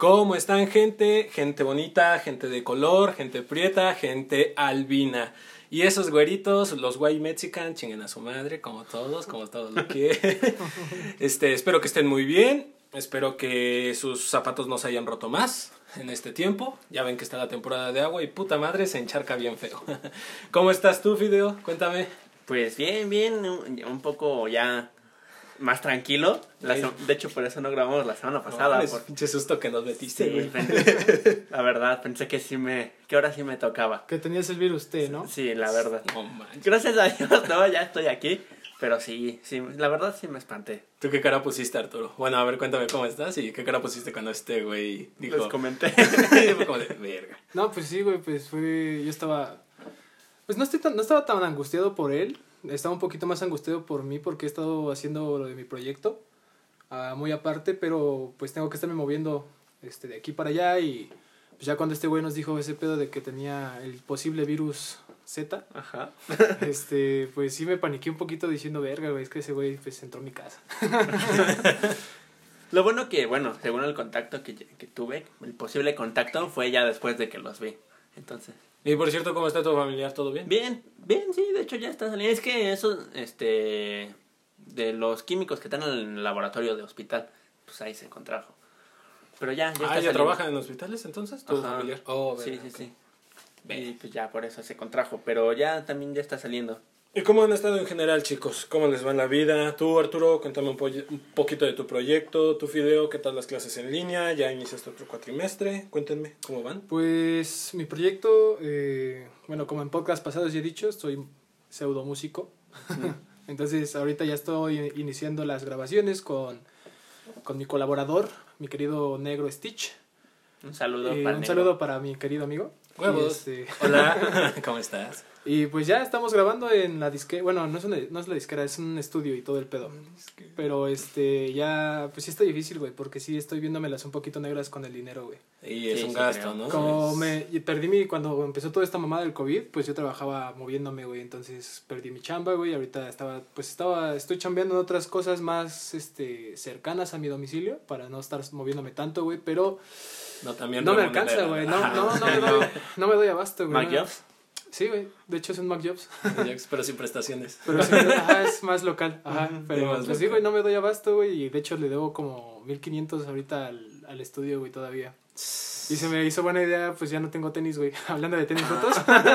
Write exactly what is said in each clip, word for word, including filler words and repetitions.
¿Cómo están, gente? Gente bonita, gente de color, gente prieta, gente albina. Y esos güeritos, los white mexican, chinguen a su madre, como todos, como todos lo que... este, espero que estén muy bien, espero que sus zapatos no se hayan roto más en este tiempo. Ya ven que está la temporada de agua y puta madre se encharca bien feo. ¿Cómo estás tú, Fideo? Cuéntame. Pues bien, bien, un, un poco ya... más tranquilo. La Sí. De hecho, por eso no grabamos la semana pasada. No, es por... pinche susto que nos metiste, Sí, güey. pensé- la verdad, pensé que sí me... que ahora sí me tocaba. Que tenías el virus T, ¿no? Sí, la verdad. No manches. Gracias a Dios, no, ya estoy aquí. Pero sí, sí, la verdad sí me espanté. ¿Tú qué cara pusiste, Arturo? Bueno, a ver, cuéntame cómo estás y qué cara pusiste cuando este güey dijo... Les comenté. Fue como de verga. No, pues sí, güey, pues fue... Yo estaba... Pues no, estoy tan, no estaba tan angustiado por él. Estaba un poquito más angustiado por mí porque he estado haciendo lo de mi proyecto. Uh, muy aparte, pero pues tengo que estarme moviendo este, de aquí para allá. Y pues ya cuando este güey nos dijo ese pedo de que tenía el posible virus Z, Ajá. este, pues sí me paniqué un poquito diciendo, verga, güey, es que ese güey pues entró a mi casa. Lo bueno que, bueno, según el contacto que, que tuve, el posible contacto fue ya después de que los vi. Entonces... Y por cierto, ¿cómo está tu familiar? ¿Todo bien? Bien, bien, sí, de hecho ya está saliendo. Es que eso, este, de los químicos que están en el laboratorio de hospital, pues ahí se contrajo. Pero ya, ya está Ah, ¿ya saliendo. trabajan en hospitales entonces? ¿Tu Ajá. familiar? Oh, Sí, verga, sí, ok. sí. Y pues ya por eso se contrajo, pero ya también ya está saliendo. ¿Y cómo han estado en general, chicos? ¿Cómo les va en la vida? Tú, Arturo, cuéntame un, po- un poquito de tu proyecto. Tu, Fideo, ¿qué tal las clases en línea? ¿Ya iniciaste otro cuatrimestre? Cuéntenme, ¿cómo van? Pues mi proyecto, eh, bueno, como en podcast pasados ya he dicho, soy pseudo músico. Entonces ahorita ya estoy iniciando las grabaciones con, con mi colaborador, mi querido Negro Stitch. Un saludo Eh, para un el saludo para mi querido amigo. Huevos. Y, este, Hola, ¿cómo estás? y pues ya estamos grabando en la disquera, bueno, no es, una, no es la disquera, es un estudio y todo el pedo. Pero este, ya, pues sí está difícil, güey, porque sí estoy viéndomelas un poquito negras con el dinero, güey. Y es Sí, un sí, gasto, creo. ¿no? Como Es- me y perdí mi, cuando empezó toda esta mamada del COVID, pues yo trabajaba moviéndome, güey, entonces perdí mi chamba, güey, ahorita estaba, pues estaba, estoy chambeando en otras cosas más, este, cercanas a mi domicilio, para no estar moviéndome tanto, güey, pero No, también no me remunera. alcanza, güey, no, no, no me doy, no me doy abasto, güey. Mac no. Jobs. Sí, güey, de hecho es un Mac Jobs, Pero sin prestaciones. pero sí, ajá, es más local, ajá, Ujú, pero sí, más pues sí, local. güey, no me doy abasto, güey, y de hecho le debo como mil quinientos ahorita al, al estudio, güey, todavía. Y se me hizo buena idea, pues ya no tengo tenis, güey. Hablando de tenis rotos.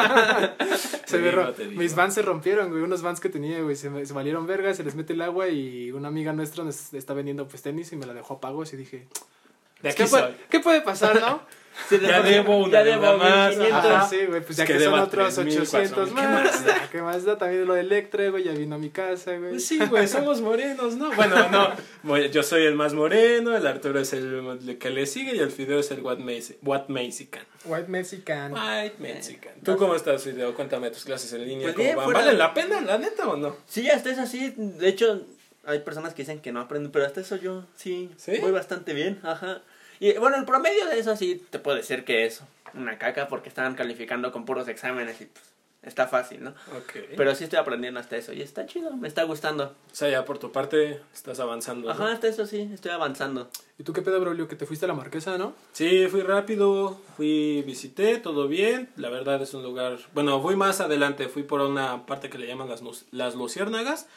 se Te me digo, ro- te digo. Mis vans se rompieron, güey. Unos vans que tenía, güey. Se, me- se valieron verga, se les mete el agua y una amiga nuestra nos está vendiendo pues tenis y me la dejó a pagos y dije, De aquí ¿qué, soy. puede, ¿qué puede pasar, no? Sí, Ya de- debo una ya deuda debo más. mil quinientos. Ajá, sí, güey. Pues Es ya que que, son deba otros tres mil, ochocientos cuatro mil. más. Ya, ¿qué más da? También lo de Electra, güey. Ya vino a mi casa, güey. Pues sí, güey, somos morenos, ¿no? Bueno, no, voy- yo soy el más moreno, el Arturo es el que le sigue y el Fideo es el What, Mexi- What Mexican. White Mexican. White Mexican. ¿Tú cómo estás, Fideo? Cuéntame tus clases en línea. Pues ¿Cómo bien, van? fuera- ¿Valen la pena, la neta o no? Sí, hasta eso sí. De hecho, hay personas que dicen que no aprenden, pero hasta eso yo sí, ¿Sí? voy bastante bien. Ajá. Y bueno, el promedio de eso sí te puedo decir que es una caca porque estaban calificando con puros exámenes y pues está fácil, ¿no? Ok. Pero sí estoy aprendiendo hasta eso y está chido, me está gustando. O sea, ya por tu parte estás avanzando, ¿no? Ajá, hasta eso sí, estoy avanzando. ¿Y tú qué pedo, Braulio? Que te fuiste a la Marquesa, ¿no? Sí, fui rápido, fui, visité, todo bien. La verdad es un lugar... Bueno, fui más adelante, fui por una parte que le llaman las, Luz- las Luciérnagas.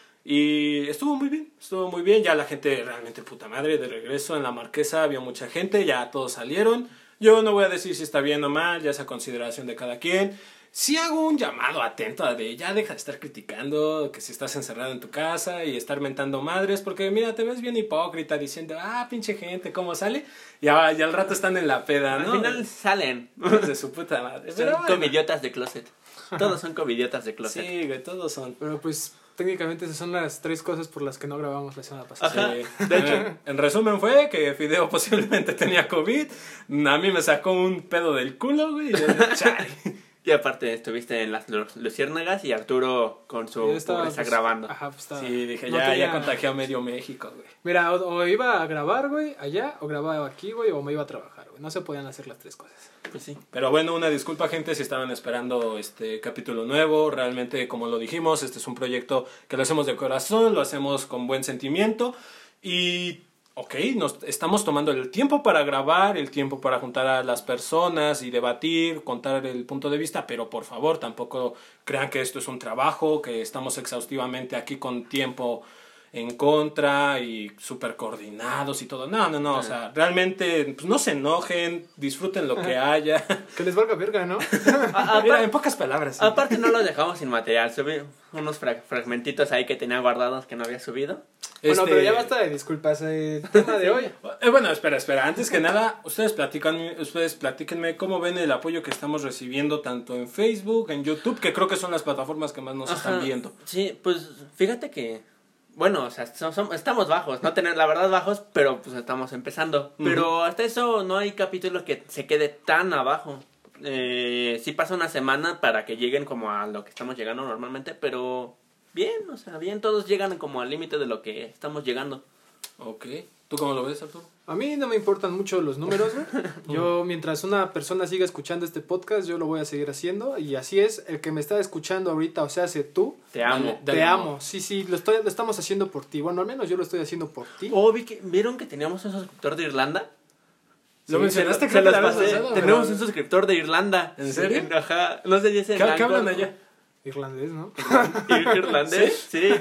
Y estuvo muy bien, estuvo muy bien. Ya la gente realmente puta madre, de regreso en la Marquesa había mucha gente, ya todos salieron. Yo no voy a decir si está bien o mal, ya es a consideración de cada quien. Sí hago un llamado atento a de ya deja de estar criticando que si estás encerrado en tu casa y estar mentando madres, porque mira, te ves bien hipócrita diciendo, ah, pinche gente, ¿cómo sale? Y, ya, y al rato están en la peda, ¿no? Al final salen. De su puta madre. Son Pero bueno. covidiotas de closet. Todos son covidiotas de closet. Sí, güey, todos son. Pero pues técnicamente esas son las tres cosas por las que no grabamos la semana pasada. Ajá. Sí. De hecho, en resumen fue que Fideo posiblemente tenía COVID, a mí me sacó un pedo del culo, güey, y yo, chale. Y aparte estuviste en las Lu- Luciérnagas y Arturo con su Yo estaba, pobreza pues, grabando. Ajá, pues estaba. Sí, dije, no ya, tenía- ya contagió a medio México, güey. Mira, o, o iba a grabar, güey, allá, o grababa aquí, güey, o me iba a trabajar, güey. No se podían hacer las tres cosas. Pues sí. Pero bueno, una disculpa, gente, si estaban esperando este capítulo nuevo. Realmente, como lo dijimos, este es un proyecto que lo hacemos de corazón, lo hacemos con buen sentimiento y ok, nos estamos tomando el tiempo para grabar, el tiempo para juntar a las personas y debatir, contar el punto de vista, pero por favor tampoco crean que esto es un trabajo, que estamos exhaustivamente aquí con tiempo en contra y súper coordinados y todo. No, no, no, o sea, realmente pues, no se enojen, disfruten lo que haya. Que les valga verga, ¿no? A- Mira, apar- en pocas palabras. sí. Aparte no los dejamos sin material, subí unos fra- fragmentitos ahí que tenía guardados que no había subido. Bueno, Este, pero ya basta de disculpas. El tema de hoy. eh, bueno, espera, espera. Antes que nada, ustedes platican, ustedes platíquenme cómo ven el apoyo que estamos recibiendo tanto en Facebook, en YouTube, que creo que son las plataformas que más nos Ajá. están viendo. Sí, pues fíjate que, bueno, o sea, son- son- estamos bajos, no tener la verdad bajos, pero pues estamos empezando. Ujú. Pero hasta eso no hay capítulo que se quede tan abajo. Eh, sí pasa una semana para que lleguen como a lo que estamos llegando normalmente, pero bien, o sea, bien, todos llegan como al límite de lo que estamos llegando. Ok. ¿Tú cómo lo ves, Arturo? A mí no me importan mucho los números, güey. Yo, mientras una persona siga escuchando este podcast, yo lo voy a seguir haciendo. Y así es, el que me está escuchando ahorita, o sea, sé tú, Te amo. Dale, dale te amor. amo. Sí, sí, lo, estoy, lo estamos haciendo por ti. Bueno, al menos yo lo estoy haciendo por ti. Oh, vi que, ¿vieron que teníamos un suscriptor de Irlanda? Lo Sí, mencionaste, se, creo se que los la vez pasé. pasada, Tenemos pero- un suscriptor de Irlanda. ¿En serio? Sí, ajá. No sé si es en ¿Qué, ¿qué Anchor. hablan allá? Irlandés, ¿no? Ir- ¿Irlandés? Sí.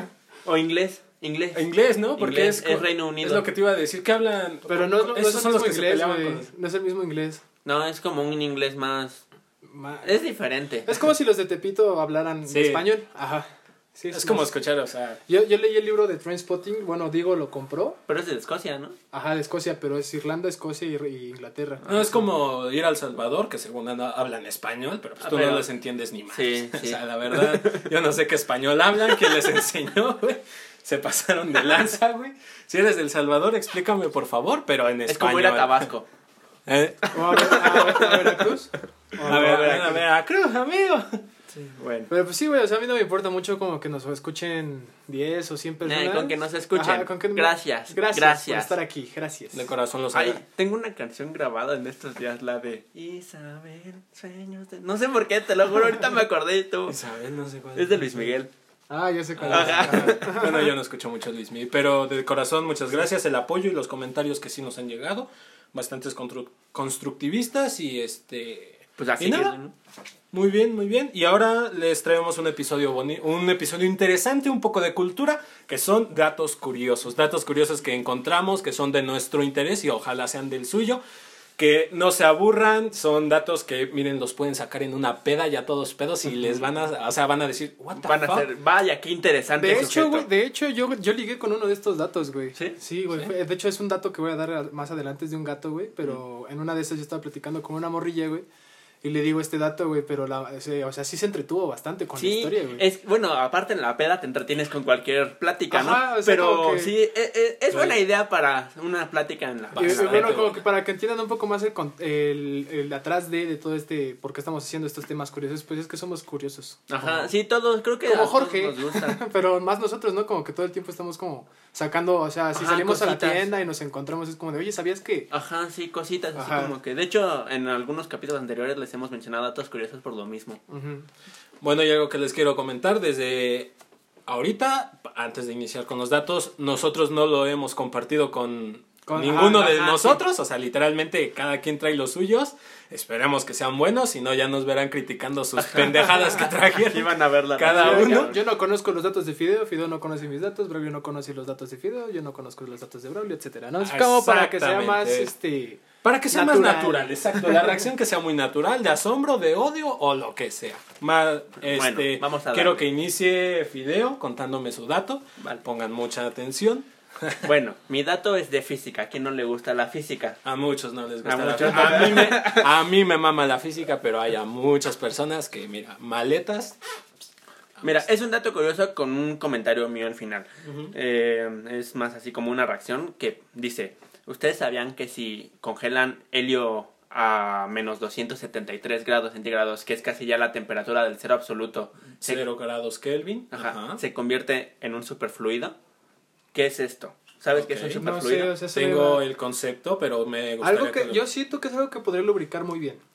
O inglés. Inglés. Inglés, ¿no? Porque Inglés, es, co- es Reino Unido. Es lo que te iba a decir. ¿Qué hablan? Pero no, no, no es Esos el son los mismo que se inglés, peleaban güey. con... No es el mismo inglés. No, es como un inglés más... Ma- Es diferente. Es como si los de Tepito hablaran Sí. español. Ajá. Sí, Es como más- escuchar, o sea... Yo, yo leí el libro de Trainspotting. Bueno, Diego lo compró. Pero es de Escocia, ¿no? Ajá, de Escocia, pero es Irlanda, Escocia y, y Inglaterra. No, es como ir a El Salvador, que según anda- hablan español, pero pues Ah, tú pero- no les entiendes ni más. Sí, O sí. sea, la verdad, yo no sé qué español hablan, quién les enseñó, güey. Se pasaron de lanza, güey. Si eres del Salvador, explícame, por favor, pero en Es español. como ir a Tabasco. ¿Eh? O a, Ver- a- a Veracruz. O A ver, a ver, Veracruz. a Veracruz, amigo. Bueno. Pero pues sí, güey, o sea, a mí no me importa mucho como que nos escuchen diez o cien personas. Eh, con que nos escuchen. Ajá, con que- Gracias, Gracias, gracias. por estar aquí, gracias. De corazón los Ay, haga. tengo una canción grabada en estos días, la de Isabel, sueños de... No sé por qué, te lo juro, ahorita me acordé y tú. Isabel, no sé cuál. Es de Luis Miguel. Ah, ya sé cuál es. Ajá. Ajá. Bueno, yo no escucho mucho Luis Miguel, pero de corazón muchas gracias, el apoyo y los comentarios que sí nos han llegado, bastantes constru- constructivistas y este... Pues así ¿Y nada? es, ¿no? Muy bien, muy bien. Y ahora les traemos un episodio boni un episodio interesante, un poco de cultura, que son datos curiosos. Datos curiosos que encontramos, que son de nuestro interés y ojalá sean del suyo. Que no se aburran, son datos que, miren, los pueden sacar en una peda, ya todos pedos, y les van a, o sea, van a decir, what the Van a fuck? ser, vaya, qué interesante De hecho, sujeto. güey, de hecho, yo, yo ligué con uno de estos datos, güey. ¿Sí? Sí, güey. ¿Sí? fue- De hecho, es un dato que voy a dar a- más adelante, es de un gato, güey. Pero en una de esas yo estaba platicando con una morrilla, güey. Y le digo este dato, güey, pero la, o sea, o sea, sí se entretuvo bastante con la Sí, historia, güey. es, bueno, aparte en la peda te entretienes con cualquier plática, Ajá, ¿no? o sea, como Pero que- sí, e- e- es, buena idea para una plática en la Y, y en la bueno, peda. como que para que entiendan un poco más el, con- el, el atrás de, de todo este, por qué estamos haciendo estos temas curiosos, pues es que somos curiosos. Ajá, Como- sí, todos, creo que Como a todos Jorge. nos gusta. Pero más nosotros, ¿no? Como que todo el tiempo estamos como sacando, o sea, si Ajá, salimos a cositas. la tienda y nos encontramos, es como de, oye, ¿sabías que? Ajá, sí, cositas así Ajá. como que... De hecho, en algunos capítulos anteriores les hemos mencionado datos curiosos por lo mismo. Ujú. Bueno, y algo que les quiero comentar desde ahorita, antes de iniciar con los datos, nosotros no lo hemos compartido con, Con- ninguno ajá, de ajá, nosotros, o sea, literalmente cada quien trae los suyos. Esperemos que sean buenos, si no ya nos verán criticando sus pendejadas que trajeron. Iban a verla. Cada Yo- uno. Yo, yo no conozco los datos de Fideo, Fideo no conoce mis datos, Braulio no conoce los datos de Fideo, yo no conozco los datos de Braulio, etcétera. ¿No? Es como para que sea más, Exactamente. este... Para que sea Natural. más natural, exacto. La reacción que sea muy natural, de asombro, de odio o lo que sea. Más, este, vamos a quiero darle. que inicie Fideo contándome su dato. Vale. Pongan mucha atención. Bueno, mi dato es de física. ¿A quién no le gusta la física? A muchos no les gusta A la muchos física. no. A mí, me, a mí me mama la física, pero hay a muchas personas que, mira, maletas. Mira, es un dato curioso con un comentario mío al final. Ujú. Eh, es más así como una reacción que dice... ¿Ustedes sabían que si congelan helio a menos doscientos setenta y tres grados centígrados, que es casi ya la temperatura del cero absoluto, se, Cero grados Kelvin. ajá, Ajá. se convierte en un superfluido? ¿Qué es esto? ¿Sabes qué es un Ok. No superfluido? sé, o sea, se Tengo ve- el concepto, pero me gustaría Algo que lo- yo siento que es algo que podría lubricar muy bien.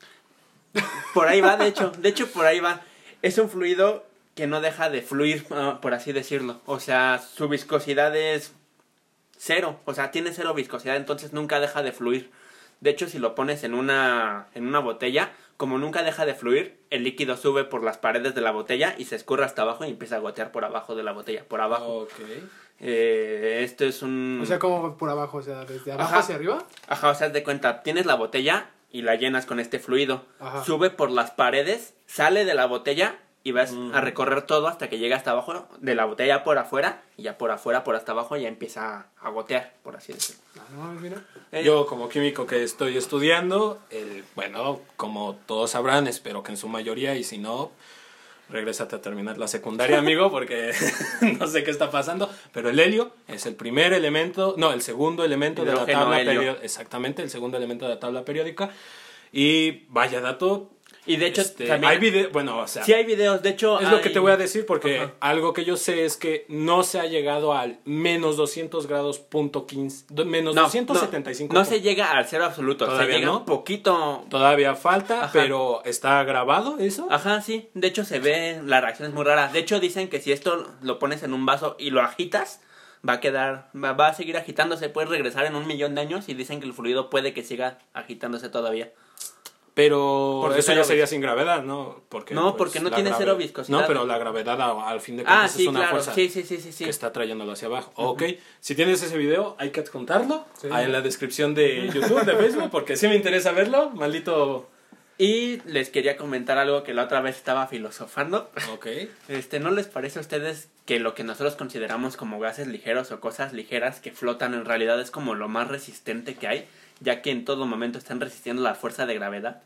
Por ahí va, de hecho. De hecho, por ahí va. Es un fluido que no deja de fluir, ah, por así decirlo. O sea, su viscosidad es cero, o sea, tiene cero viscosidad, entonces nunca deja de fluir. De hecho, si lo pones en una, en una botella, como nunca deja de fluir, el líquido sube por las paredes de la botella y se escurre hasta abajo y empieza a gotear por abajo de la botella, por abajo. Ok. Eh, esto es un... O sea, como por abajo, o sea, desde abajo Ajá. hacia arriba. Ajá, o sea, haz de cuenta, tienes la botella y la llenas con este fluido. Ajá. Sube por las paredes, sale de la botella y vas Mm. a recorrer todo hasta que llega hasta abajo, de la botella por afuera, y ya por afuera, por hasta abajo, ya empieza a gotear, por así decirlo. Ah, no, mira. Eh, Yo como químico que estoy estudiando, el, bueno, como todos sabrán, espero que en su mayoría, y si no, regrésate a terminar la secundaria, amigo, porque no sé qué está pasando, pero el helio es el primer elemento, no, el segundo elemento de la Hidrógeno, tabla helio. periódica, exactamente, el segundo elemento de la tabla periódica, y vaya dato. Y de hecho, Este, también... hay video, bueno, o sea, Sí hay videos, de hecho... es lo que hay- te voy a decir porque Ajá. algo que yo sé es que no se ha llegado al menos doscientos grados punto quince, do- menos No, doscientos setenta y cinco. No, no se llega al cero absoluto, se Todavía llega no. un poquito... Todavía falta, Ajá. pero ¿está grabado eso? Ajá, sí, de hecho se ve, la reacción es muy rara. De hecho dicen que si esto lo pones en un vaso y lo agitas, va a quedar, va, va a seguir agitándose, puede regresar en un millón de años y dicen que el fluido puede que siga agitándose todavía. Pero Porque eso cero ya sería vis- sin gravedad, ¿no? Porque, No, porque no la tiene grave- cero viscosidad. No, pero la gravedad a- al fin de cuentas Ah, sí, es una claro, fuerza sí, sí, sí, sí, sí. que está trayéndolo hacia abajo. Ok, si tienes ese video, hay que adjuntarlo Sí. ahí en la descripción de YouTube, de Facebook, porque sí me interesa verlo, maldito... Y les quería comentar algo que la otra vez estaba filosofando. Ok. Este, ¿no les parece a ustedes que lo que nosotros consideramos como gases ligeros o cosas ligeras que flotan en realidad es como lo más resistente que hay, ya que en todo momento están resistiendo la fuerza de gravedad?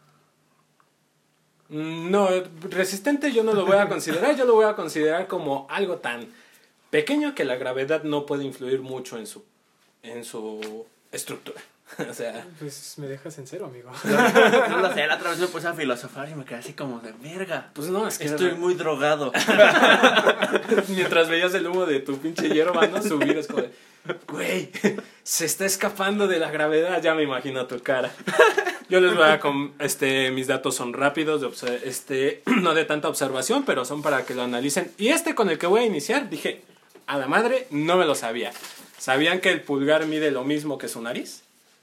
No, resistente yo no lo voy a considerar, yo lo voy a considerar como algo tan pequeño que la gravedad no puede influir mucho en su, en su estructura. O sea, Pues me dejas en cero, amigo. No lo sé, la otra vez me puse a filosofar y me quedé así como de verga. pues no, es que Estoy muy drogado. mientras veías el humo de tu pinche hierba, ¿no? Subir es como de, güey, se está escapando de la gravedad, ya me imagino tu cara. Yo les voy a, com- este, mis datos son rápidos, de obse- este, no de tanta observación, pero son para que lo analicen. Y este con el que voy a iniciar, dije, a la madre, no me lo sabía. ¿Sabían que el pulgar mide lo mismo que su nariz?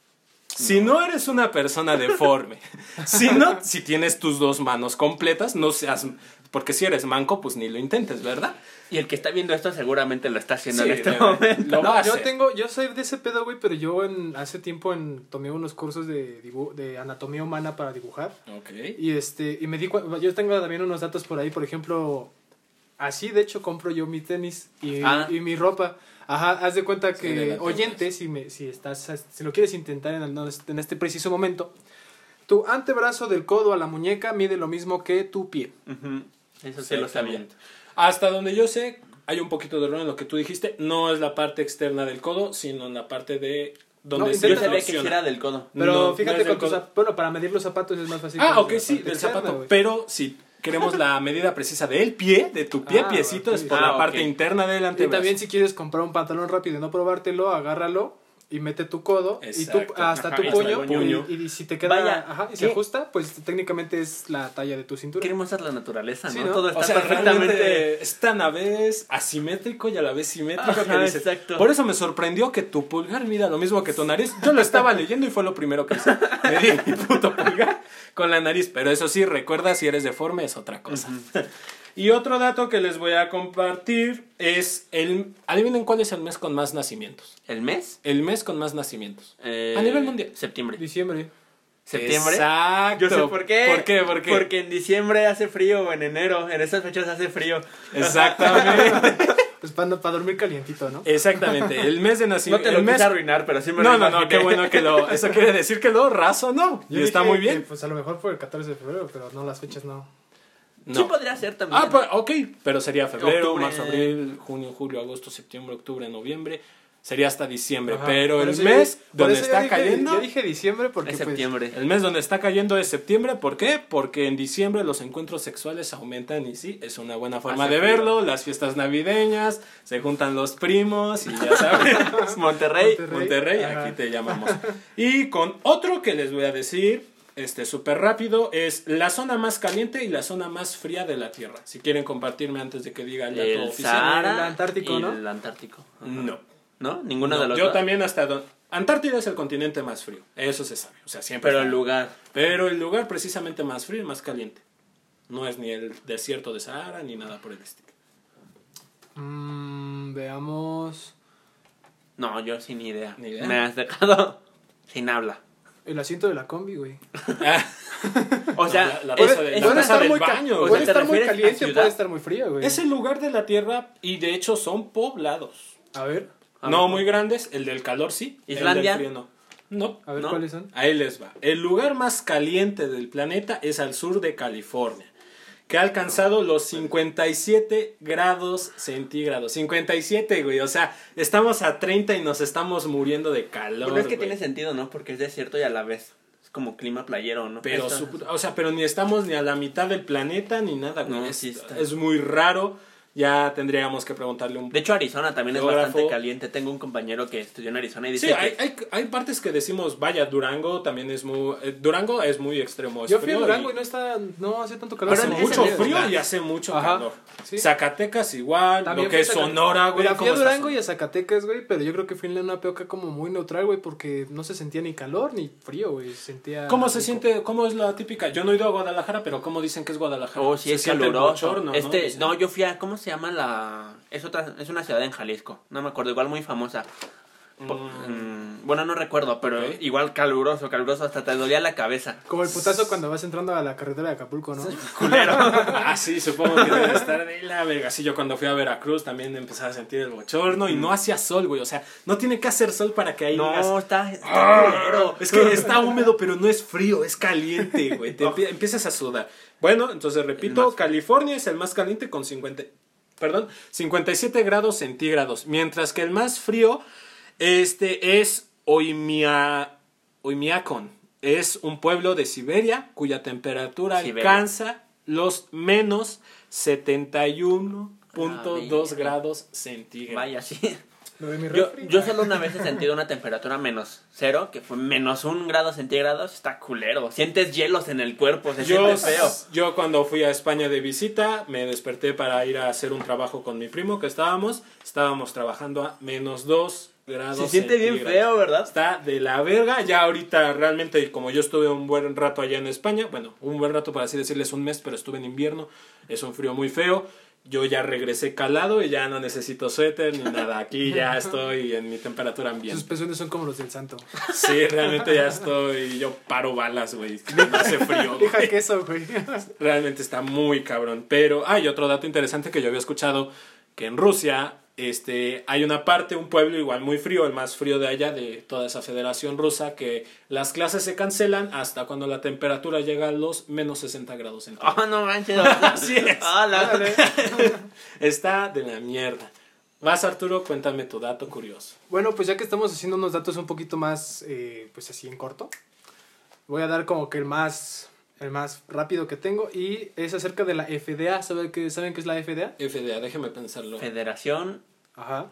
Si no eres una persona deforme, si no, si tienes tus dos manos completas, no seas, porque si eres manco, pues ni lo intentes, ¿verdad? Y el que está viendo esto seguramente lo está haciendo Sí, en este de- momento. lo va a Yo hacer. tengo, yo soy de ese pedo, güey, pero yo en, hace tiempo en, tomé unos cursos de, dibu- de anatomía humana para dibujar. Ok. Y este, y me di cua- yo tengo también unos datos por ahí, por ejemplo, así de hecho compro yo mi tenis y, Ah. y mi ropa. Ajá, haz de cuenta Sí, de la que, tienda. oyente, si me, si estás, si lo quieres intentar en, el- en este preciso momento, tu antebrazo del codo a la muñeca mide lo mismo que tu pie. Ujú, eso sí lo sabía. Exactamente. Hasta donde yo sé, hay un poquito de error en lo que tú dijiste. No es la parte externa del codo, sino en la parte de donde No, se Yo intenta- sabía que sí torsiona. era del codo. Pero No, fíjate no es con del tus codo. zap- bueno, para medir los zapatos es más fácil. Ah, con ok, la sí, parte del externa, zapato. güey. Pero si queremos la medida precisa del pie, de tu pie, Ah, piecito, ok. es por Ah, la ok. parte interna del Y antebrazo. también si quieres comprar un pantalón rápido y no probártelo, agárralo y mete tu codo y Exacto. tú hasta Ajá, tu y hasta puño, el puño. Y, y si te queda Vaya, ajá, y se ¿qué? ajusta, pues técnicamente es la talla de tu cintura. Qué hermosa es la naturaleza, ¿no? Sí, ¿no? Todo está O sea, perfectamente... realmente es tan a vez asimétrico y a la vez simétrico que Ajá, dices, exacto. por eso me sorprendió que tu pulgar mida lo mismo que tu nariz. Yo lo estaba leyendo y fue lo primero que hice. Me di mi puto pulgar con la nariz. Pero eso sí, recuerda, si eres deforme es otra cosa. Y otro dato que les voy a compartir es el... Adivinen cuál es el mes con más nacimientos. ¿El mes? El mes con más nacimientos. Eh, A nivel mundial. Septiembre. Diciembre. ¿Septiembre? Exacto. Yo sé por qué. ¿Por qué? ¿Por qué? Porque en diciembre hace frío o en enero. En esas fechas hace frío. Exactamente. Pues para, para dormir calientito, ¿no? Exactamente. El mes de No nacimiento. te lo el mes... quise arruinar, pero sí me No, lo no, no, imaginé. qué bueno que lo... Eso quiere decir que lo raso, ¿no? Y Yo está dije muy que, bien. pues a lo mejor por el catorce de febrero, pero no, las fechas no. No. Sí podría ser también. Ah, pues, ok, pero sería febrero, Octubre. marzo, abril, junio, julio, agosto, septiembre, octubre, noviembre. Sería hasta diciembre, Ajá. pero Por el eso mes yo- por donde eso yo está dije- cayendo... Yo dije diciembre porque Es pues, septiembre. El mes donde está cayendo es septiembre, ¿por qué? Porque en diciembre los encuentros sexuales aumentan y sí, es una buena forma Hace de frío. verlo, las fiestas navideñas, se juntan los primos y ya sabes, Monterrey. Monterrey. Monterrey, Ajá. aquí te llamamos. Y con otro que les voy a decir, este súper rápido, es la zona más caliente y la zona más fría de la Tierra. Si quieren compartirme antes de que diga el dato El oficial. Sahara El Antártico, y ¿no? el Antártico. No. ¿No? Ninguno No, de los yo dos. también hasta... don- Antártida es el continente más frío, eso se sabe, o sea, siempre. Pero fue. el lugar. Pero el lugar precisamente más frío y más caliente. No es ni el desierto de Sahara ni nada por el estilo. Mm, veamos. No, yo sin idea. Ni idea. Me has dejado sin habla. El asiento de la combi, güey. O sea, la, la es- taza de- es la una- taza estar del muy, ca- baño. o güey. puede sea, ¿te estar muy refieres a caliente, ciudad? puede estar muy fría, güey. Es el lugar de la Tierra y de hecho son poblados. A ver, A No ver. muy grandes, el del calor sí. ¿Islandia? El del frío no. No. a ver ¿No? cuáles son. Ahí les va. El lugar más caliente del planeta es al sur de California, que ha alcanzado los cincuenta y siete grados centígrados. cincuenta y siete, güey. O sea, estamos a treinta y nos estamos muriendo de calor. Pero es que güey. tiene sentido, ¿no? Porque es desierto y a la vez es como clima playero, ¿no? Pero, Esto- su puta- o sea, pero ni estamos ni a la mitad del planeta ni nada, güey. No, es, sí está. es muy raro. Ya tendríamos que preguntarle un De hecho, Arizona también es Geógrafo. bastante caliente. Tengo un compañero que estudió en Arizona y dice Sí, que... hay, hay, hay partes que decimos, vaya, Durango también es muy... eh, Durango es muy extremo. es Yo fui a frío Durango y y- no está, no hace tanto calor. Hace Pero como mucho ese- frío ese- y hace mucho Ajá, calor. sí. Zacatecas igual, También lo que fui es a Zaca- Sonora, güey. Mira, fui ¿cómo a está Durango Sonora? y a Zacatecas, güey, pero yo creo que fui en una época como muy neutral, güey, porque no se sentía ni calor ni frío, güey. Se sentía. ¿Cómo se rico. siente? ¿Cómo es la típica? Yo no he ido a Guadalajara, pero ¿cómo dicen que es Guadalajara? Oh, sí, Se es siente el caluroso. bochorno, ¿no? este, Dicen. no, yo fui a... ¿Cómo se llama la...? Es otra... Es una ciudad en Jalisco. No me acuerdo. Igual muy famosa. Po- mm, bueno, no recuerdo, pero Ok. igual caluroso, caluroso. Hasta te dolía la cabeza. Como el putazo cuando vas entrando a la carretera de Acapulco, ¿no? Culero. Ah, sí, supongo que debe estar de la verga. Sí, yo cuando fui a Veracruz también empecé a sentir el bochorno y no hacía sol, güey. O sea, no tiene que hacer sol para que ahí digas... No, está... está "Ah, culero. es que está húmedo, pero no es frío, es caliente, güey. Te empie- empiezas a sudar. Bueno, entonces repito, El más- California es el más caliente con cincuenta, perdón, cincuenta y siete grados centígrados, mientras que el más frío este es Oymia, Oymyakon. Es un pueblo de Siberia cuya temperatura Siberia. alcanza los menos setenta y uno punto dos Ah, grados centígrados. Vaya, sí. Lo de mi Yo, refri. yo solo una vez he sentido una temperatura menos cero, que fue menos un grado centígrados. Está culero. Sientes hielos en el cuerpo, se Yo, siente feo. yo cuando fui a España de visita, me desperté para ir a hacer un trabajo con mi primo que estábamos. Estábamos trabajando a menos dos grados. Se siente bien centígrados. feo, ¿verdad? Está de la verga. Ya ahorita realmente, como yo estuve un buen rato allá en España, bueno, un buen rato para así decirles un mes, pero estuve en invierno. Es un frío muy feo. Yo ya regresé calado y ya no necesito suéter ni nada. Aquí ya estoy en mi temperatura Sus ambiente. pezones son como los del santo. Sí, realmente ya estoy. Yo paro balas, güey. No hace frío. Deja güey. queso, güey. Realmente está muy cabrón. Pero hay otro dato interesante que yo había escuchado, que en Rusia este, hay una parte, un pueblo igual muy frío, el más frío de allá, de toda esa federación rusa, que las clases se cancelan hasta cuando la temperatura llega a los menos sesenta grados centígrados. Oh, no manches. Así es. Ah, la- Órale. Está de la mierda. Vas, Arturo, cuéntame tu dato curioso. Bueno, pues ya que estamos haciendo unos datos un poquito más, eh, pues así en corto, voy a dar como que el más, el más rápido que tengo y es acerca de la F D A. ¿Saben qué, ¿saben qué es la F D A? F D A, déjeme pensarlo. Federación. Ajá.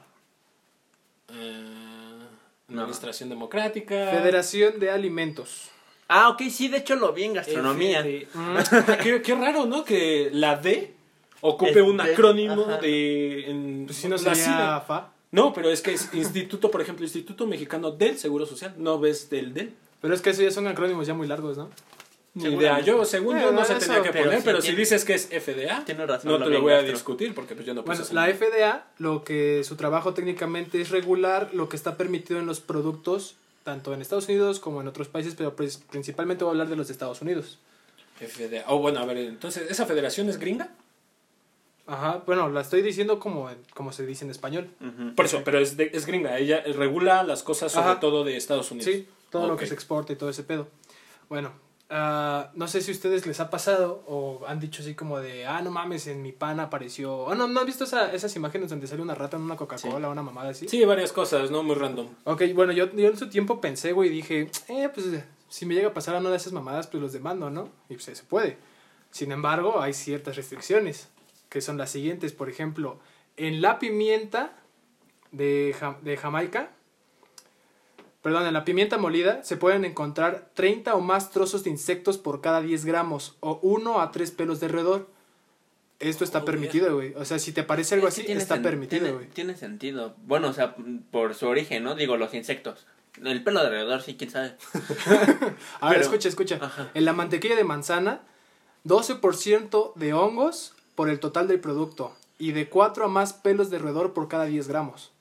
Eh, Administración Democrática. Federación de Alimentos. Ah, ok, sí, de hecho lo vi en gastronomía. F D A. qué, qué raro, ¿no? Que la D ocupe Es un D, acrónimo ajá. de... En, Pues si no la sería sigla. F A. No, pero es que es Instituto, por ejemplo, Instituto Mexicano del Seguro Social. ¿No ves del del? Pero es que eso ya son acrónimos ya muy largos, ¿no? Ni Seguro. idea. Yo, según yo, no Bueno, se eso, tenía que pero poner, sí pero tiene- si dices que es F D A, Tienes razón, no lo te vi lo en voy a gastro. discutir porque pues yo no Bueno, puse la eso. F D A, lo que su trabajo técnicamente es regular lo que está permitido en los productos, tanto en Estados Unidos como en otros países, pero pues, principalmente voy a hablar de los de Estados Unidos. F D A. Oh, bueno, a ver, entonces, ¿esa federación es gringa? Ajá, bueno, la estoy diciendo como, como se dice en español. Ujú. Por eso, pero es, de- es gringa. Ella regula las cosas sobre Ajá. todo de Estados Unidos. Sí, todo lo Ok. que se exporta y todo ese pedo. Bueno, ah, no sé si a ustedes les ha pasado o han dicho así como de, ah, no mames, en mi pan apareció... Oh, no, ¿no han visto esa- esas imágenes donde sale una rata en una Coca-Cola o una mamada así? Sí, varias cosas, ¿no? Muy random. Ok, bueno, yo, yo en su tiempo pensé, güey, y dije, eh, pues si me llega a pasar una de esas mamadas, pues los demando, ¿no? Y pues se puede. Sin embargo, hay ciertas restricciones, que son las siguientes. Por ejemplo, en la pimienta de, Ja- de Jamaica, perdón, en la pimienta molida se pueden encontrar treinta o más trozos de insectos por cada diez gramos, o uno a tres pelos de roedor. esto está Oh, permitido, güey. O sea, si te parece algo Es que así, tiene está sen- permitido, tiene- güey. Tiene sentido. Bueno, o sea, por su origen, ¿no? Digo, los insectos. El pelo de alrededor, sí, quién sabe. A ver, Pero- escucha, escucha. Ajá. En la mantequilla de manzana, doce por ciento de hongos por el total del producto. Y de cuatro a más pelos de roedor por cada diez gramos.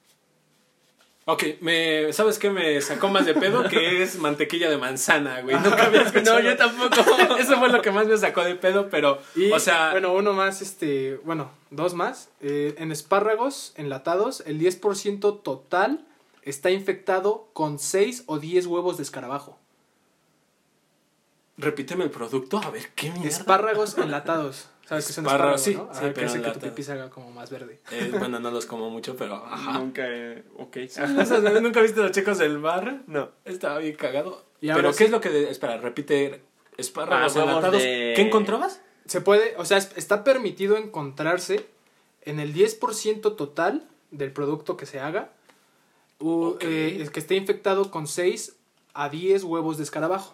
Ok, me, ¿sabes qué me sacó más de pedo? Que es mantequilla de manzana, güey. Nunca había escuchado. No, yo tampoco. Eso fue lo que más me sacó de pedo, pero, Y, o sea... bueno, uno más, este, bueno, dos más. Eh, en espárragos enlatados, el diez por ciento total está infectado con seis o diez huevos de escarabajo. Repíteme el producto, a ver, ¿qué mierda? Espárragos enlatados. ¿Sabes qué son Espárragos, espárragos, sí, no? sí, Ah, que pero hace que tu enlatados. pipí se haga como más verde. Eh, bueno, no los como mucho, pero... Ajá. Nunca, eh, ok. ¿Nunca viste los chicos del bar? No. Estaba bien cagado. Y ahora Pero, sí- ¿qué es lo que...? De, espera, repite. Espárragos Ah, huevos enlatados. de- ¿Qué encontrabas? Se puede, o sea, es- está permitido encontrarse en el diez por ciento total del producto que se haga, u- Ok. eh, el que esté infectado con seis a diez huevos de escarabajo.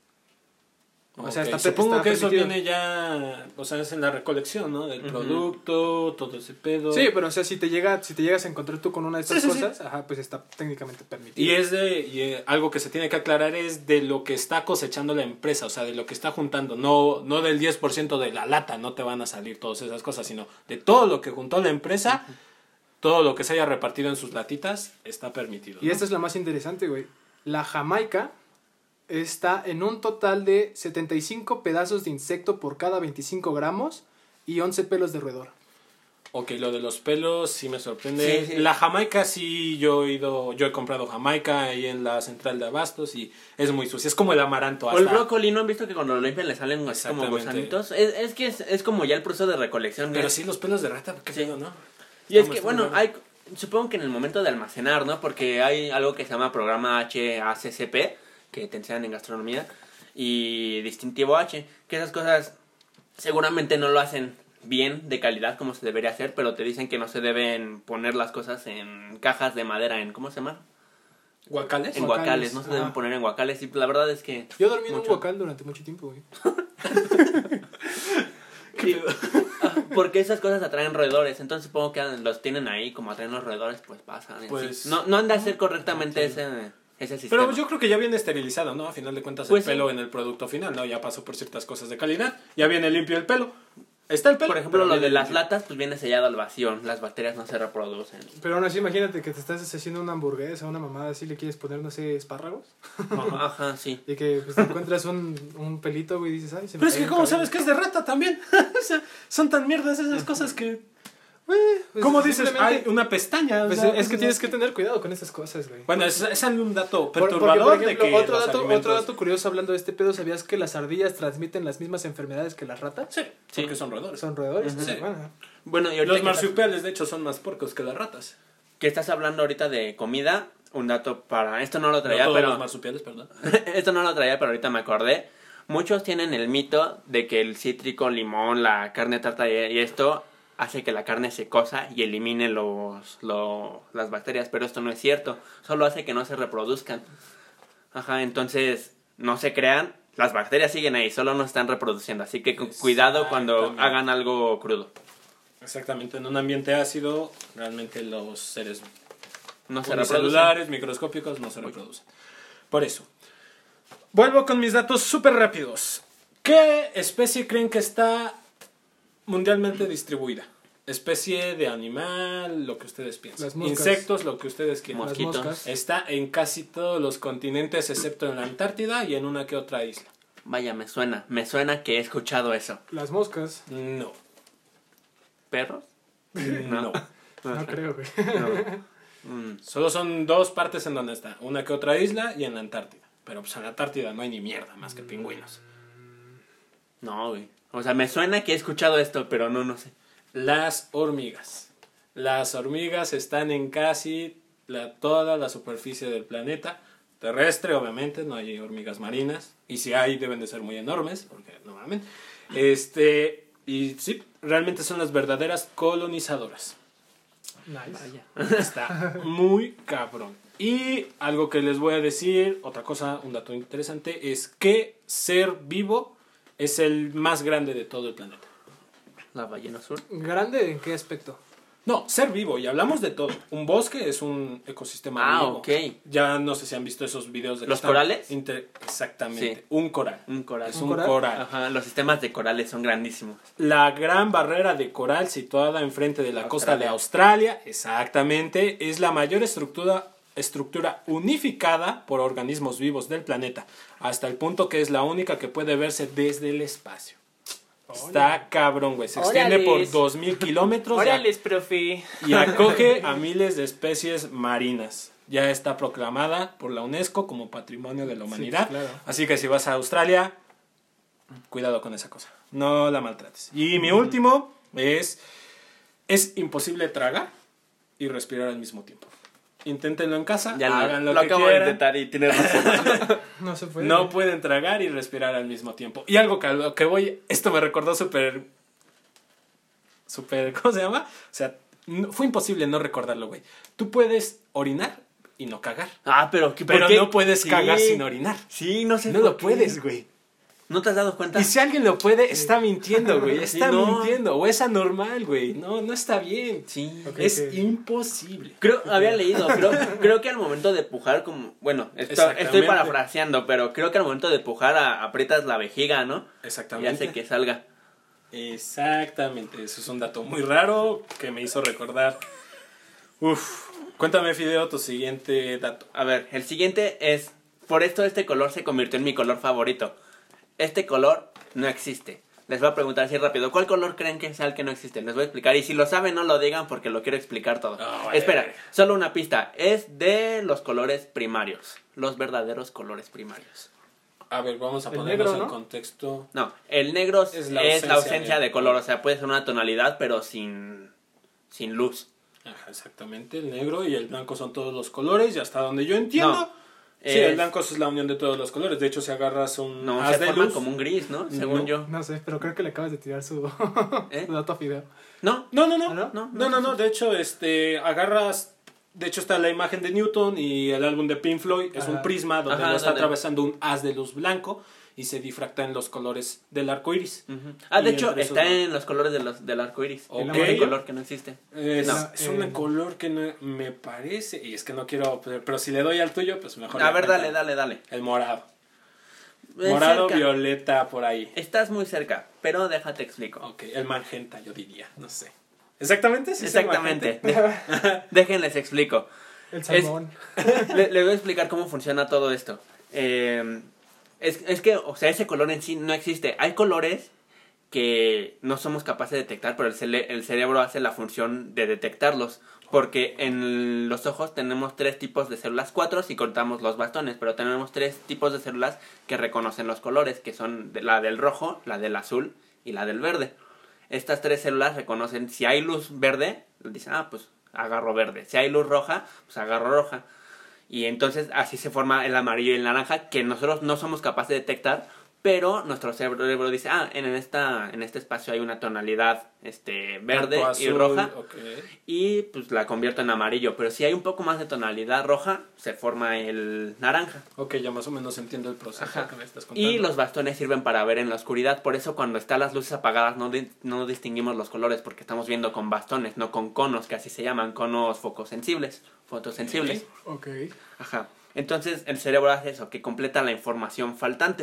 O sea, Ok, está per- supongo está que eso permitido. viene ya... O sea, es en la recolección, ¿no? Del producto, todo ese pedo. Sí, pero o sea, si te llega, si te llegas a encontrar tú con una de estas Sí, sí, sí. cosas, ajá, pues está técnicamente permitido. Y es de... Y, eh, algo que se tiene que aclarar es de lo que está cosechando la empresa. O sea, de lo que está juntando. No, no del diez por ciento de la lata. No te van a salir todas esas cosas. Sino de todo lo que juntó la empresa... Todo lo que se haya repartido en sus latitas está permitido. Y ¿no? esta es la más interesante, güey. La jamaica está en un total de setenta y cinco pedazos de insecto por cada veinticinco gramos y once pelos de roedor. Ok, lo de los pelos sí me sorprende. Sí, sí. La jamaica sí, yo he ido, yo he comprado jamaica ahí en la central de abastos y es muy sucia. Es como el amaranto. O el hasta- brócoli, ¿no han visto que cuando lo limpian le salen así como Exactamente. gusanitos? Es, es que es, es como ya el proceso de recolección. Pero ¿no? sí, los pelos de rata, qué Sí. pedo, ¿no? Y es Está que, muy bueno, raro. hay, supongo que en el momento de almacenar, ¿no? Porque hay algo que se llama programa H A C C P, que te enseñan en gastronomía, y distintivo H, que esas cosas seguramente no lo hacen bien, de calidad, como se debería hacer, pero te dicen que no se deben poner las cosas en cajas de madera, en, ¿cómo se llama? ¿Guacales? En Guacales, guacales, no se deben ajá. poner en guacales, y la verdad es que... Yo dormí en un Mucho. guacal durante mucho tiempo, güey. ¿Qué pedo? Ah, porque esas cosas atraen roedores, entonces supongo que los tienen ahí, como atraen los roedores, pues pasan. y Pues- así. No, no han de hacer correctamente ese, ese sistema. Pero yo creo que ya viene esterilizado, ¿no? A final de cuentas Pues el pelo sí. en el producto final, ¿no? Ya pasó por ciertas cosas de calidad. Ya viene limpio el pelo. Está el pelo. Por ejemplo, pero lo viene de las limpio. latas, pues viene sellado al vacío. Las bacterias no se reproducen. Pero aún así, imagínate que te estás haciendo una hamburguesa, una mamada así, le quieres poner, no sé, espárragos. Ajá, ajá, sí. Y que pues, te encuentras un, un pelito, güey, y dices, ay, se me Pero es cayó que, el ¿cómo cabello. sabes que es de rata también? O sea, son tan mierdas esas cosas que... Pues, ¿Cómo dices? simplemente- Hay una pestaña. o Pues, sea, es que cosas tienes así. que tener cuidado con esas cosas, güey. Bueno, es, es un dato Por- porque, perturbador por ejemplo, de que otro los dato, alimentos... otro dato curioso hablando de este pedo, ¿sabías que las ardillas transmiten las mismas enfermedades que las ratas? Sí, Sí. porque son roedores. Son roedores. Ujú. Sí. Bueno, Bueno, y ahorita Los que estás, marsupiales, de hecho, son más puercos que las ratas. que estás hablando ahorita de comida, un dato para... Esto no lo No traía, todos pero... los marsupiales, perdón. Esto no lo traía, pero ahorita me acordé. Muchos tienen el mito de que el cítrico, limón, la carne tarta y y esto hace que la carne se cosa y elimine los, lo- las bacterias, pero esto no es cierto. Solo hace que no se reproduzcan. Ajá, entonces no se crean, las bacterias siguen ahí, solo no están reproduciendo. Así que con cuidado cuando Exactamente. hagan algo crudo. Exactamente, en un ambiente ácido, realmente los seres No se reproducen. unicelulares, microscópicos, no se reproducen. Por eso. Vuelvo con mis datos súper rápidos. ¿Qué especie creen que está mundialmente distribuida? Especie de animal, lo que ustedes piensen. Las moscas. Insectos, lo que ustedes quieran. las Mosquitos. moscas. Está en casi todos los continentes, excepto en la Antártida y en una que otra isla. Vaya, me suena, me suena que he escuchado eso. Las moscas. No. ¿Perros? No. No creo, güey. No. Mm. Solo son dos partes en donde está. Una que otra isla y en la Antártida. Pero pues en la Antártida no hay ni mierda más que pingüinos. No, güey. O sea, me suena que he escuchado esto, pero no, no sé. Las hormigas. Las hormigas están en casi la, toda la superficie del planeta. Terrestre, obviamente, no hay hormigas marinas. Y si hay, deben de ser muy enormes, porque no mamen. Este, y sí, realmente son las verdaderas colonizadoras. Nice. Vaya. Está muy cabrón. Y algo que les voy a decir, otra cosa, un dato interesante, es que ser vivo es el más grande de todo el planeta. La ballena azul. ¿Grande en qué aspecto? No, ser vivo, y hablamos de todo. Un bosque es un ecosistema Ah, vivo. ok. Ya no sé si han visto esos videos de que ¿Los están corales? inter- Exactamente, Sí. un coral. Un coral. Es ¿Un un coral? coral. Ajá, los sistemas de corales son grandísimos. La gran barrera de coral situada enfrente de la costa de Australia. Australia, exactamente, es la mayor estructura, estructura unificada por organismos vivos del planeta, hasta el punto que es la única que puede verse desde el espacio. Está cabrón, güey. Se extiende por Órales. dos mil kilómetros y, Órales, profe. y acoge a miles de especies marinas. Ya está proclamada por la UNESCO como Patrimonio de la Humanidad. claro. Así que si vas a Australia, cuidado con esa cosa. No la maltrates. Y mi último es... Es imposible tragar y respirar al mismo tiempo. Inténtenlo en casa, Ya hagan lo, lo, lo que acabo de quieran. intentar y tienes razón. No se puede. No pueden tragar y respirar al mismo tiempo. Y algo que, a lo que voy, esto me recordó súper... Súper, ¿cómo se llama? O sea, no- fue imposible no recordarlo, güey. Tú puedes orinar y no cagar. Ah, pero, ¿qué- Pero ¿por qué? no puedes Sí. cagar sin orinar. Sí, no sé No por lo qué. puedes, güey. ¿No te has dado cuenta? Y si alguien lo puede, está mintiendo, güey. Está Sí, no. mintiendo. O es anormal, güey. No, no está bien. Sí. Ok. Es ok. imposible. Creo, había leído, creo, creo que al momento de pujar, como, bueno, esto- Exactamente. estoy parafraseando, pero creo que al momento de pujar a- aprietas la vejiga, ¿no? Y Exactamente. hace que salga. Exactamente. Eso es un dato muy raro que me hizo recordar. Uf. Cuéntame, Fideo, tu siguiente dato. A ver, el siguiente es, por esto este color se convirtió en mi color favorito. Este color no existe. Les voy a preguntar así rápido, ¿cuál color creen que sea el que no existe? Les voy a explicar, y si lo saben no lo digan porque lo quiero explicar todo. Ah, vale, Espera, vale. solo una pista, es de los colores primarios, los verdaderos colores primarios. A ver, vamos a El ponernos negro, en ¿no? contexto. No, el negro Es es la la ausencia ausencia, de de color, o sea, puede ser una tonalidad pero sin, sin luz. Ajá, exactamente. El negro y el blanco son todos los colores, y hasta donde yo entiendo. No, sí, es- el blanco es la unión de todos los colores. De hecho, si agarras un No, haz se de forman luz. como un gris, ¿no? Según No. yo. No sé, pero creo que le acabas de tirar su, ¿Eh? su dato a Fideo. No, No, no, no. ¿Ah, no? No, no, no, no. De hecho, este, agarras. De hecho, está la imagen de Newton y el álbum de Pink Floyd. Es Ajá. un prisma donde Ajá, no está donde- atravesando un haz de luz blanco y se difracta en los colores del arco iris. Ujú. Ah, de Y hecho, entre esos está no. en los colores de los, del arco iris. Ok. Es un color que no existe. Es, No, es un eh, color que no, me parece. Y es que no quiero. Pero, pero si le doy al tuyo, pues mejor. A le ver, cuento. dale, dale, dale. El morado. Es Morado, cerca. violeta, por ahí. Estás muy cerca, pero déjate explico. Ok, el magenta, yo diría. No sé. ¿Exactamente? ¿Sí es el Exactamente. magenta? De- Déjenles explico. El salmón. Le, le voy a explicar cómo funciona todo esto. Eh, es, es que, o sea, ese color en sí no existe. Hay colores que no somos capaces de detectar, pero el, cele- el cerebro hace la función de detectarlos. Porque en los ojos tenemos tres tipos de células, cuatro si contamos los bastones, pero tenemos tres tipos de células que reconocen los colores, que son de- la del rojo, la del azul y la del verde. Estas tres células reconocen si hay luz verde, dicen, ah, pues agarro verde. Si hay luz roja, pues agarro roja. Y entonces así se forma el amarillo y el naranja, que nosotros no somos capaces de detectar, pero nuestro cerebro dice, ah, en, esta, en este espacio hay una tonalidad este, verde Tanto y azul, roja, ok. y pues la convierto en amarillo. Pero si hay un poco más de tonalidad roja, se forma el naranja. Ok, ya más o menos entiendo el proceso Ajá. que me estás contando. Y los bastones sirven para ver en la oscuridad. Por eso cuando están las luces apagadas no, di- no distinguimos los colores, porque estamos viendo con bastones, no con conos, que así se llaman, conos focosensibles, fotosensibles. Ok. Ajá. Entonces el cerebro hace eso, que completa la información faltante.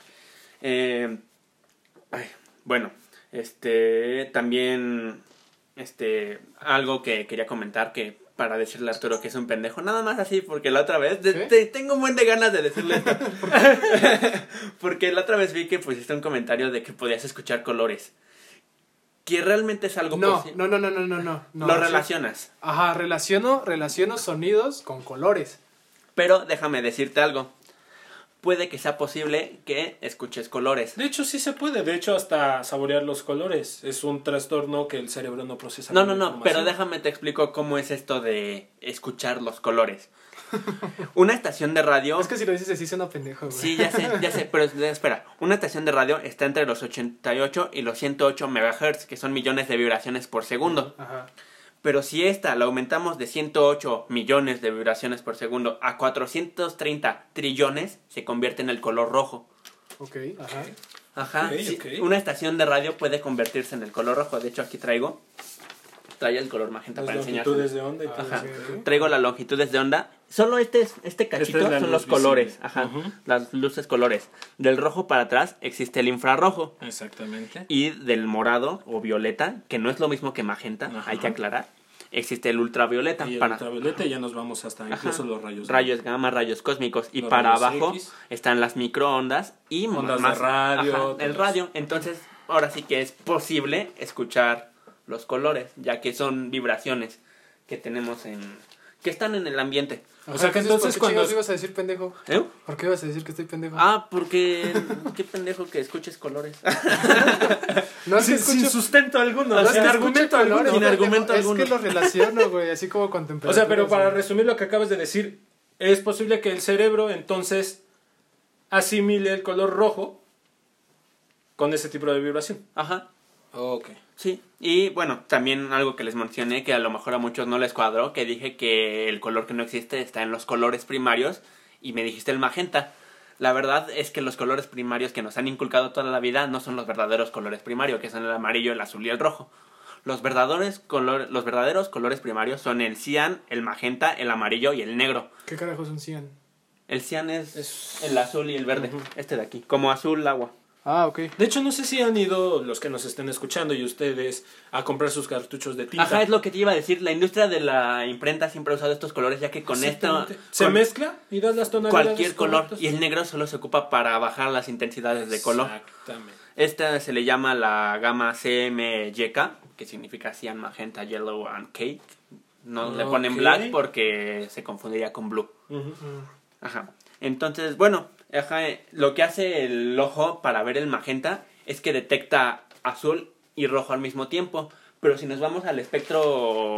Eh, ay, bueno, este también este algo que quería comentar, que para decirle a Arturo que es un pendejo, nada más así, porque la otra vez de- ¿Sí? te- tengo un buen de ganas de decirle esto. Porque la otra vez vi que pusiste un comentario de que podías escuchar colores, que realmente es algo No, posi- no, no, no, no, no, no. no. lo Sí. relacionas. Ajá, relaciono, relaciono sonidos con colores. Pero déjame decirte algo. Puede que sea posible que escuches colores. De hecho, sí se puede. De hecho, hasta saborear los colores. Es un trastorno que el cerebro no procesa. No, bien no, la no, información. pero déjame te explico cómo es esto de escuchar los colores. Una estación de radio... Es que si lo dices así suena pendejo, güey. Sí, ya sé, ya sé, pero espera. Una estación de radio está entre los ochenta y ocho y los ciento ocho megahertz, que son millones de vibraciones por segundo. Ajá. Pero si esta la aumentamos de ciento ocho millones de vibraciones por segundo a cuatrocientos treinta trillones, se convierte en el color rojo. Ok, ajá. Ajá. Ok, Sí, ok. una estación de radio puede convertirse en el color rojo. De hecho, aquí traigo. Trae el color magenta Las para enseñar. longitudes de onda y todo Ajá. eso. Traigo las longitudes de onda. Solo este, este cachito Esta es la son luz los colores. visible. Ajá. Ujú. Las luces colores. Del rojo para atrás existe el infrarrojo. Exactamente. Y del morado o violeta, que no es lo mismo que magenta, Ajá. hay que aclarar. Existe el ultravioleta. Y el para ultravioleta y ya nos vamos hasta incluso Ajá. los rayos. Rayos gamma, rayos cósmicos. Y Los para rayos abajo X. están las microondas y Ondas más de radio, Ajá, todo el eso. radio. Entonces, ahora sí que es posible escuchar los colores, ya que son vibraciones que tenemos en que están en el ambiente. O sea que entonces ¿por qué cuando- chingados ibas a decir pendejo? ¿Eh? ¿Por qué ibas a decir que estoy pendejo? Ah, porque qué pendejo que escuches colores. no es que Sin, sin escucho... sustento alguno, no o es sea, que argumento escucho alguno. colores, sin pendejo, argumento es alguno. que lo relaciono, güey, así como con O temperaturas. sea, pero para güey. resumir lo que acabas de decir, es posible que el cerebro entonces asimile el color rojo con ese tipo de vibración. Ajá. Ok. Sí, y bueno, también algo que les mencioné que a lo mejor a muchos no les cuadró, que dije que el color que no existe está en los colores primarios y me dijiste el magenta. La verdad es que los colores primarios que nos han inculcado toda la vida no son los verdaderos colores primarios, que son el amarillo, el azul y el rojo. Los verdaderos, color, los verdaderos colores primarios son el cian, el magenta, el amarillo y el negro. ¿Qué carajos son cian? El cian es, Es- el azul y el verde, Ujú. este de aquí, como azul agua. Ah, ok. De hecho, no sé si han ido los que nos estén escuchando y ustedes a comprar sus cartuchos de tinta. Ajá, es lo que te iba a decir. La industria de la imprenta siempre ha usado estos colores, ya que con esto Exactamente. Se con mezcla y das las tonalidades cualquier color. correctas. Y el negro solo se ocupa para bajar las intensidades de color. Exactamente. Esta se le llama la gama C M Y K, que significa Cyan, Magenta, Yellow and Cake. No le ponen Ok. black porque se confundiría con blue. Ujú. Mm. Ajá. Entonces, bueno, ajá, eh, lo que hace el ojo para ver el magenta es que detecta azul y rojo al mismo tiempo. Pero si nos vamos al espectro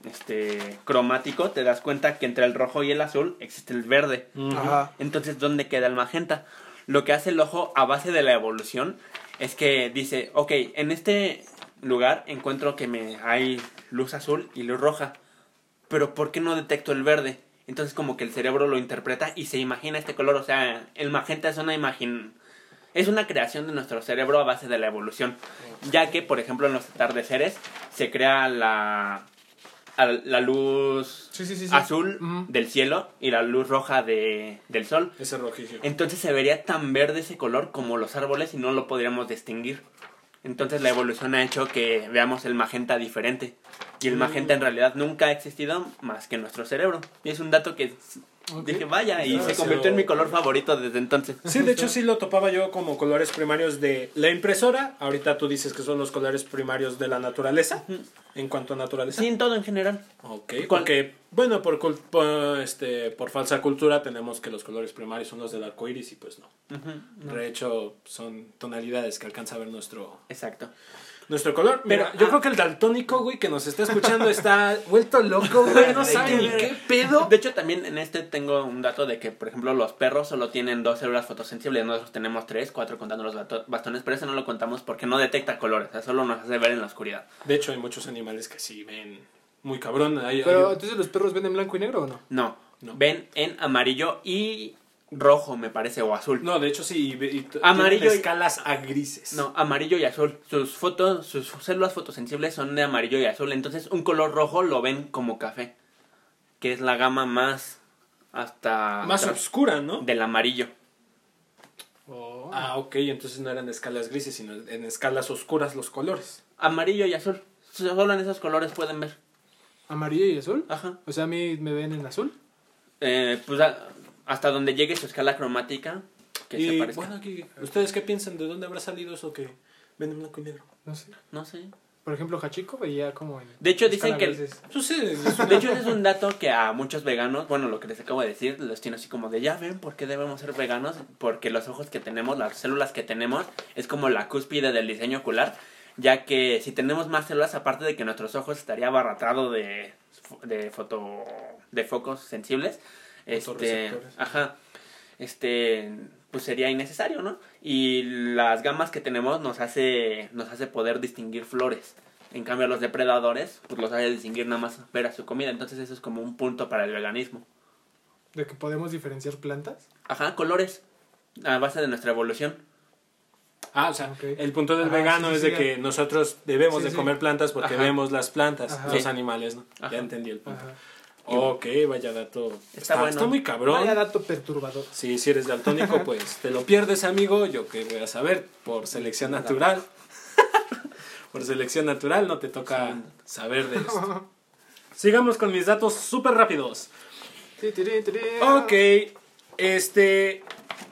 este, cromático, te das cuenta que entre el rojo y el azul existe el verde. Ujú. Ajá. Entonces, ¿dónde queda el magenta? Lo que hace el ojo a base de la evolución es que dice, ok, en este lugar encuentro que me hay luz azul y luz roja, pero ¿por qué no detecto el verde? Entonces como que el cerebro lo interpreta y se imagina este color, o sea, el magenta es una imagin... es una creación de nuestro cerebro a base de la evolución, ya que, por ejemplo, en los atardeceres se crea la, al- la luz Sí, sí, sí, sí. azul Ujú. del cielo y la luz roja de, del sol. Ese rojizo. Entonces se vería tan verde ese color como los árboles y no lo podríamos distinguir. Entonces la evolución ha hecho que veamos el magenta diferente. Y el magenta en realidad nunca ha existido más que en nuestro cerebro. Y es un dato que Ok. dije, vaya, y Ah, se sí. convirtió en mi color favorito desde entonces. Sí, de hecho sí lo topaba yo como colores primarios de la impresora. Ahorita tú dices que son los colores primarios de la naturaleza. En cuanto a naturaleza. Sí, en todo en general. Ok, ¿Cuál? porque, bueno, por, cul- por, este, por falsa cultura tenemos que los colores primarios son los del arco iris y pues no. Ujú, no. De hecho, son tonalidades que alcanza a ver nuestro, Exacto. nuestro color. Mira, Pero, yo ah. creo que el daltónico, güey, que nos está escuchando está vuelto loco, güey. No De sabe ni que- qué pedo. De hecho, también en este tengo un dato de que, por ejemplo, los perros solo tienen dos células fotosensibles. Nosotros tenemos tres, cuatro contando los bato- bastones, pero eso no lo contamos porque no detecta colores. O sea, solo nos hace ver en la oscuridad. De hecho, hay muchos animales que sí ven muy cabrón. Hay- Pero hay- entonces los perros ven en blanco y negro o no? No, No. ven en amarillo y rojo, me parece, o azul. No, de hecho sí. y- y t- Amarillo tienen y- escalas a grises. No, amarillo y azul. Sus fotos, sus células fotosensibles son de amarillo y azul. Entonces, un color rojo lo ven como café, que es la gama más hasta Más hasta oscura, ¿no? del amarillo. Oh. Ah, ok, entonces no eran escalas grises, sino en escalas oscuras los colores. Amarillo y azul. Solo en esos colores pueden ver. ¿Amarillo y azul? Ajá. O sea, a mí me ven en azul. Eh, pues a- hasta donde llegue su escala cromática, que se Y parezca. bueno, aquí, ¿ustedes qué piensan? ¿De dónde habrá salido eso que ven en blanco y negro? No sé. No sé. Por ejemplo, Hachiko veía como en... De hecho, dicen escala que... grises. Yo sé, es una- De hecho, ese es un dato que a muchos veganos, bueno, lo que les acabo de decir, los tiene así como de, ya ven, ¿por qué debemos ser veganos? Porque los ojos que tenemos, las células que tenemos, es como la cúspide del diseño ocular, ya que si tenemos más células, aparte de que nuestros ojos estaría abarratado de, de foto, de focos sensibles, este, Fotorreceptores. ajá, este, pues sería innecesario, ¿no? Y las gamas que tenemos nos hace, nos hace poder distinguir flores. En cambio, los depredadores, pues los hace distinguir nada más ver a su comida. Entonces eso es como un punto para el veganismo. De que podemos diferenciar plantas. Ajá, colores, a base de nuestra evolución. Ah, o sea, Okay. el punto del Ajá, vegano sí, sí, es sí, de ya. que nosotros debemos Sí, de sí. comer plantas porque Ajá. vemos las plantas, Ajá. los Sí. animales, ¿no? Ajá. Ya entendí el punto. Ajá. Ok, vaya dato. Está, bueno. está muy cabrón. Vaya dato perturbador. Sí, si eres daltónico, pues te lo pierdes, amigo. Yo que voy a saber, por selección natural. Por selección natural no te toca saber de esto. Sigamos con mis datos súper rápidos. Ti, tiri, tiri. Ok, este...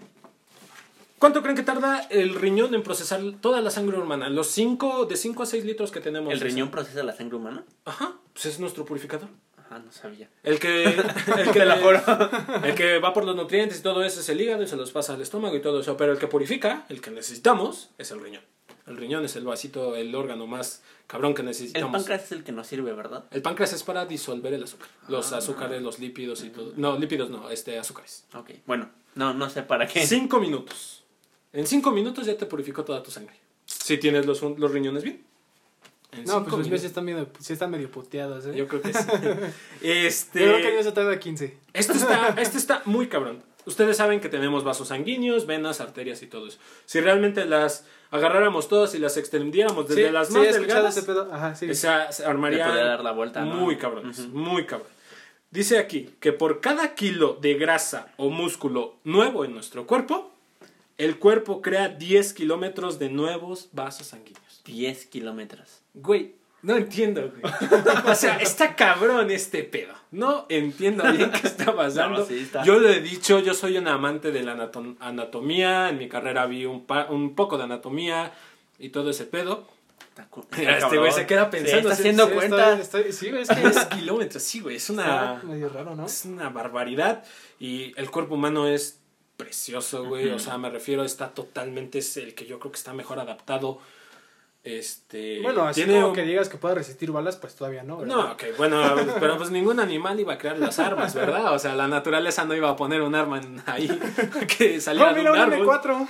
¿Cuánto creen que tarda el riñón en procesar toda la sangre humana? Los cinco, de cinco a seis litros que tenemos. ¿El riñón procesa la sangre humana? Ajá, pues es nuestro purificador. Ajá, no sabía. El que, el que, el que va por los nutrientes y todo eso es el hígado y se los pasa al estómago y todo eso. Pero el que purifica, el que necesitamos, es el riñón. El riñón es el vasito, el órgano más cabrón que El necesitamos. páncreas es el que nos sirve, ¿verdad? El páncreas es para disolver el azúcar. Los Ah. azúcares, los lípidos y todo. No, lípidos no, este, azúcares. Ok, bueno, no, no sé para qué. Cinco minutos. En cinco minutos ya te purificó toda tu sangre. Si tienes los, los riñones bien. En No, cinco pues los míos minutos. sí están medio, sí están medio puteados, ¿eh? Yo creo que sí. Este... Yo creo que el mío se tarda quince. Este está, este está muy cabrón. Ustedes saben que tenemos vasos sanguíneos, venas, arterias y todo eso. Si realmente las agarráramos todas y las extendiéramos desde Sí, las sí, más he escuchado delgadas, ese pedo. Ajá, sí. esa, se Le armaría podría dar la vuelta, ¿no? muy cabrones, Ujú. muy cabrón. Dice aquí que por cada kilo de grasa o músculo nuevo en nuestro cuerpo, el cuerpo crea diez kilómetros de nuevos vasos sanguíneos. diez kilómetros. Güey, no entiendo, güey. O sea, está cabrón este pedo. No entiendo bien qué está pasando. No, sí está. Yo lo he dicho, yo soy un amante de la anatom- anatomía. En mi carrera vi un, pa- un poco de anatomía y todo ese pedo. Está cu- Mira, está este güey cabrón. se queda pensando, está sí, haciendo sí, cuenta. Estoy, estoy- sí, güey, es que diez kilómetros, sí, güey. Es una, está medio raro, ¿no? es una barbaridad. Y el cuerpo humano es precioso, güey. Ujú. O sea, me refiero, está totalmente, es el que yo creo que está mejor adaptado. Este, Bueno, así tiene como un- que digas que pueda resistir balas, pues todavía no, ¿verdad? No, ok, bueno, pero pues ningún animal iba a crear las armas, ¿verdad? O sea, la naturaleza no iba a poner un arma en- ahí que saliera ¡Oh, de mira, un un árbol. eme cuatro!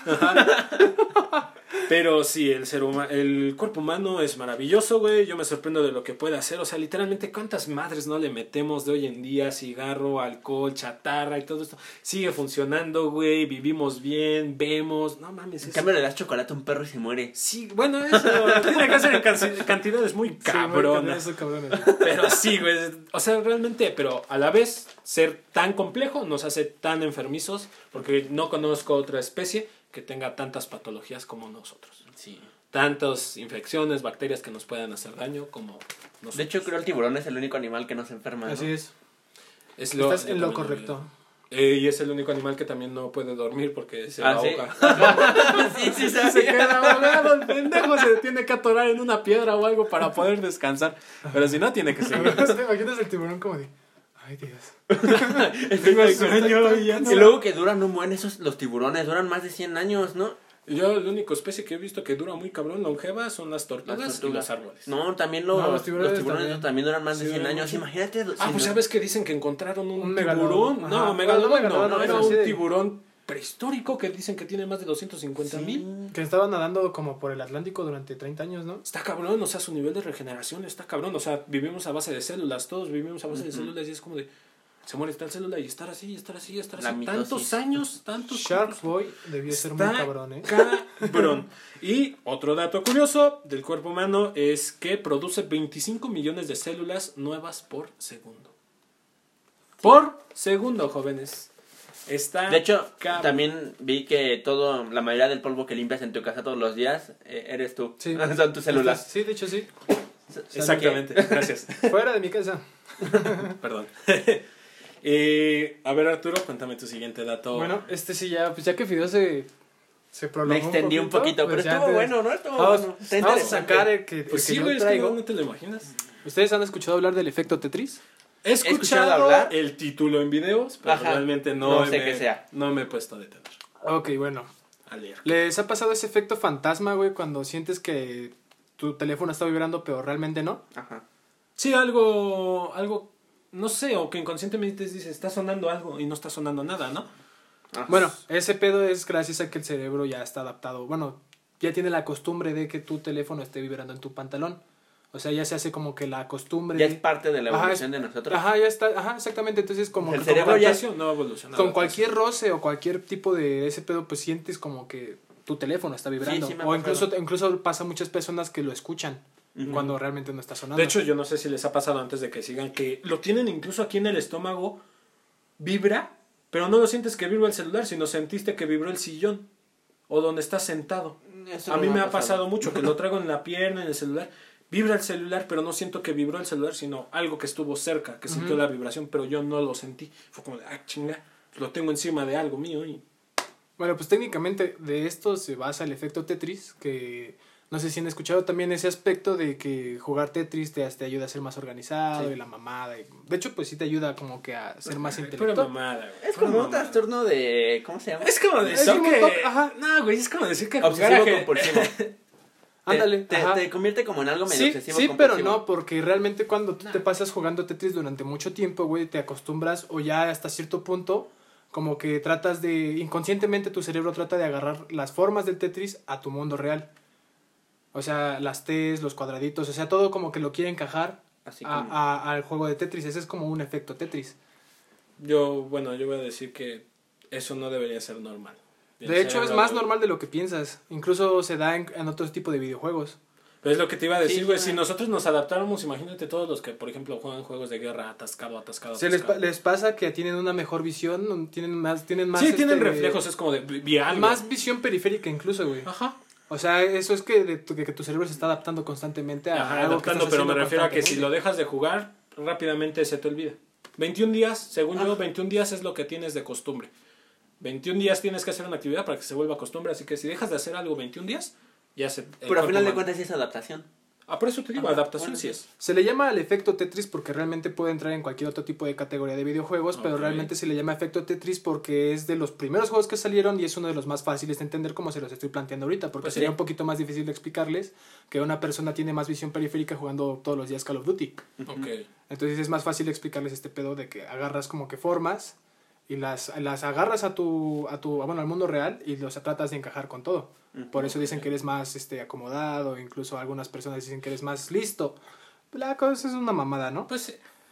Pero sí, el ser humano, el cuerpo humano es maravilloso, güey. Yo me sorprendo de lo que puede hacer. O sea, literalmente, ¿cuántas madres no le metemos de hoy en día? Cigarro, alcohol, chatarra y todo esto. Sigue funcionando, güey. Vivimos bien, vemos. No mames. En es- cambio le das chocolate a un perro y se muere. Sí, bueno, eso tiene que ser en can- cantidades muy cabronas. Sí, muy cabrones. Pero sí, güey. O sea, realmente, pero a la vez, ser tan complejo nos hace tan enfermizos. Porque no conozco otra especie que tenga tantas patologías como nosotros. Sí. Tantas infecciones, bacterias que nos puedan hacer daño como nosotros. De hecho, creo que el tiburón es el único animal que no se enferma, ¿no? Así es. es Estás yo en lo también correcto. vi. Eh, y es el único animal que también no puede dormir porque se Ah, ¿sí? ahoga. sí, sí, Se sabía. queda ahogado, el pendejo se tiene que atorar en una piedra o algo para poder descansar. Pero si no, tiene que seguir. ¿Te imaginas el tiburón como de... Ay, Dios. Tengo sueño y ya no. Y luego que duran un buen esos, los tiburones, duran más de cien años, ¿no? Yo, la única especie que he visto que dura muy cabrón, longeva, son las tortugas, Las y tortugas. los árboles. No, también los, No, los los tiburones tiburones, también. también. duran más de Sí, cien duran años. mucho. Imagínate. Ah, si pues no- sabes que dicen que encontraron un, Un tiburón. megalodón. No, Ajá. megalodón, No, no, megalodón, no, no, era pero un sí de- tiburón prehistórico que dicen que tiene más de doscientos cincuenta mil. Sí. Que estaban nadando como por el Atlántico durante treinta años, ¿no? Está cabrón, o sea, su nivel de regeneración está cabrón. O sea, vivimos a base de células, todos vivimos a base de Ujú. células y es como de. Se muere tal célula y estar así, y estar así, y estar La así. mitosis. Tantos años, tantos Shark Boy debió ser muy Está cabrón, ¿eh? cabrón. Y otro dato curioso del cuerpo humano es que produce veinticinco millones de células nuevas por segundo. Por segundo, jóvenes. Está De hecho, cabrón. también vi que todo, la mayoría del polvo que limpias en tu casa todos los días eh, eres tú. Sí. Son tus células. Sí, de hecho sí. Exactamente, gracias. Fuera de mi casa. Perdón. Eh, a ver, Arturo, cuéntame tu siguiente dato. Bueno, este sí ya, pues ya que Fideo se, se prolongó Me extendí un poquito, pues pero ya estuvo te- bueno, ¿no? Estuvo Vamos, bueno. Está vamos a interesante. sacar el que, pues porque sí, yo güey, es que traigo. no, no te lo imaginas. ¿Ustedes han escuchado hablar del efecto Tetris? He escuchado, escuchado hablar. el título en videos, pero Ajá. realmente no, No sé me, qué sea. no me he puesto a detener Ok, bueno. a leer. ¿Les ha pasado ese efecto fantasma, güey, cuando sientes que tu teléfono está vibrando, pero realmente no? Ajá. Sí, algo, algo, no sé, o que inconscientemente dices, está sonando algo y no está sonando nada, ¿no? Ah. Bueno, ese pedo es gracias a que el cerebro ya está adaptado. Bueno, ya tiene la costumbre de que tu teléfono esté vibrando en tu pantalón. O sea, ya se hace como que la costumbre. Ya de- es parte de la Ajá, evolución es- de nosotros. Ajá, ya está. Ajá, exactamente. Entonces, como El que cerebro con ya- cualquier- Adaptación no ha evolucionado. con cualquier roce o cualquier tipo de ese pedo, pues sientes como que tu teléfono está vibrando. Sí, sí me ha o pasado. incluso, incluso pasa a muchas personas que lo escuchan Ujú. cuando realmente no está sonando. De hecho, yo no sé si les ha pasado antes de que sigan, que lo tienen incluso aquí en el estómago, vibra, pero no lo sientes que vibra el celular, sino sentiste que vibró el sillón o donde estás sentado. Eso A no mí me ha pasado mucho, que lo traigo en la pierna, en el celular. Vibra el celular, pero no siento que vibró el celular, sino algo que estuvo cerca, que sintió Ujú. la vibración, pero yo no lo sentí. Fue como de, ah, chinga, lo tengo encima de algo mío. Y... Bueno, pues técnicamente de esto se basa el efecto Tetris, que no sé si han escuchado también ese aspecto de que jugar Tetris te, te ayuda a ser más organizado Sí. y la mamada. Y, de hecho, pues sí te ayuda como que a ser más Pura intelectual. mamada, güey, Es pura como un mamada. trastorno de... ¿Cómo se llama? Es como Es decir como que... to- ajá. No, güey, es como decir que Obsesivo jugar a- compulsivo. Ándale, Te, ajá. te, te convierte como en algo medio Sí, obsesivo sí, compulsivo. pero no, porque realmente cuando tú Nah. te pasas jugando Tetris durante mucho tiempo, güey, te acostumbras o ya hasta cierto punto, como que tratas de, inconscientemente tu cerebro trata de agarrar las formas del Tetris a tu mundo real. O sea, las T's, los cuadraditos, o sea, todo como que lo quiere encajar Así a- como... a- al juego de Tetris. Ese es como un efecto Tetris. Yo, bueno, yo voy a decir que eso no debería ser normal. El De hecho, es cerebro- más normal de lo que piensas. Incluso se da en, en otros tipos de videojuegos. Pero es lo que te iba a decir, Sí, güey. ya. Si nosotros nos adaptáramos, imagínate todos los que, por ejemplo, juegan juegos de guerra atascado, atascado, Se les, pa- atascado. les pasa que tienen una mejor visión, tienen más, tienen más Sí, tienen este, reflejos, es como de vi vi algo. más visión periférica incluso, güey. Ajá. O sea, eso es que, de tu, que, que tu cerebro se está adaptando constantemente a Ajá, algo adaptando, que estás pero me haciendo refiero a que si lo constantemente. dejas de jugar, rápidamente se te olvida. veintiún días, según yo, Ajá. veintiún días es lo que tienes de costumbre. veintiún días tienes que hacer una actividad para que se vuelva costumbre, así que si dejas de hacer algo veintiún días, ya se... el Pero al cuerpo final de man- cuentas sí es adaptación. Ah, por eso te digo, Ah, adaptación bueno, sí es. Se le llama al efecto Tetris porque realmente puede entrar en cualquier otro tipo de categoría de videojuegos, pero Ok. realmente se le llama efecto Tetris porque es de los primeros juegos que salieron y es uno de los más fáciles de entender como se los estoy planteando ahorita, porque Pues sería sí. un poquito más difícil de explicarles que una persona tiene más visión periférica jugando todos los días Call of Duty. Ok. Entonces es más fácil explicarles este pedo de que agarras como que formas y las, las agarras a tu, a tu, bueno, al mundo real y los tratas de encajar con todo. Por eso dicen que eres más este, acomodado, incluso algunas personas dicen que eres más listo. La cosa es una mamada, ¿no? Pues sí.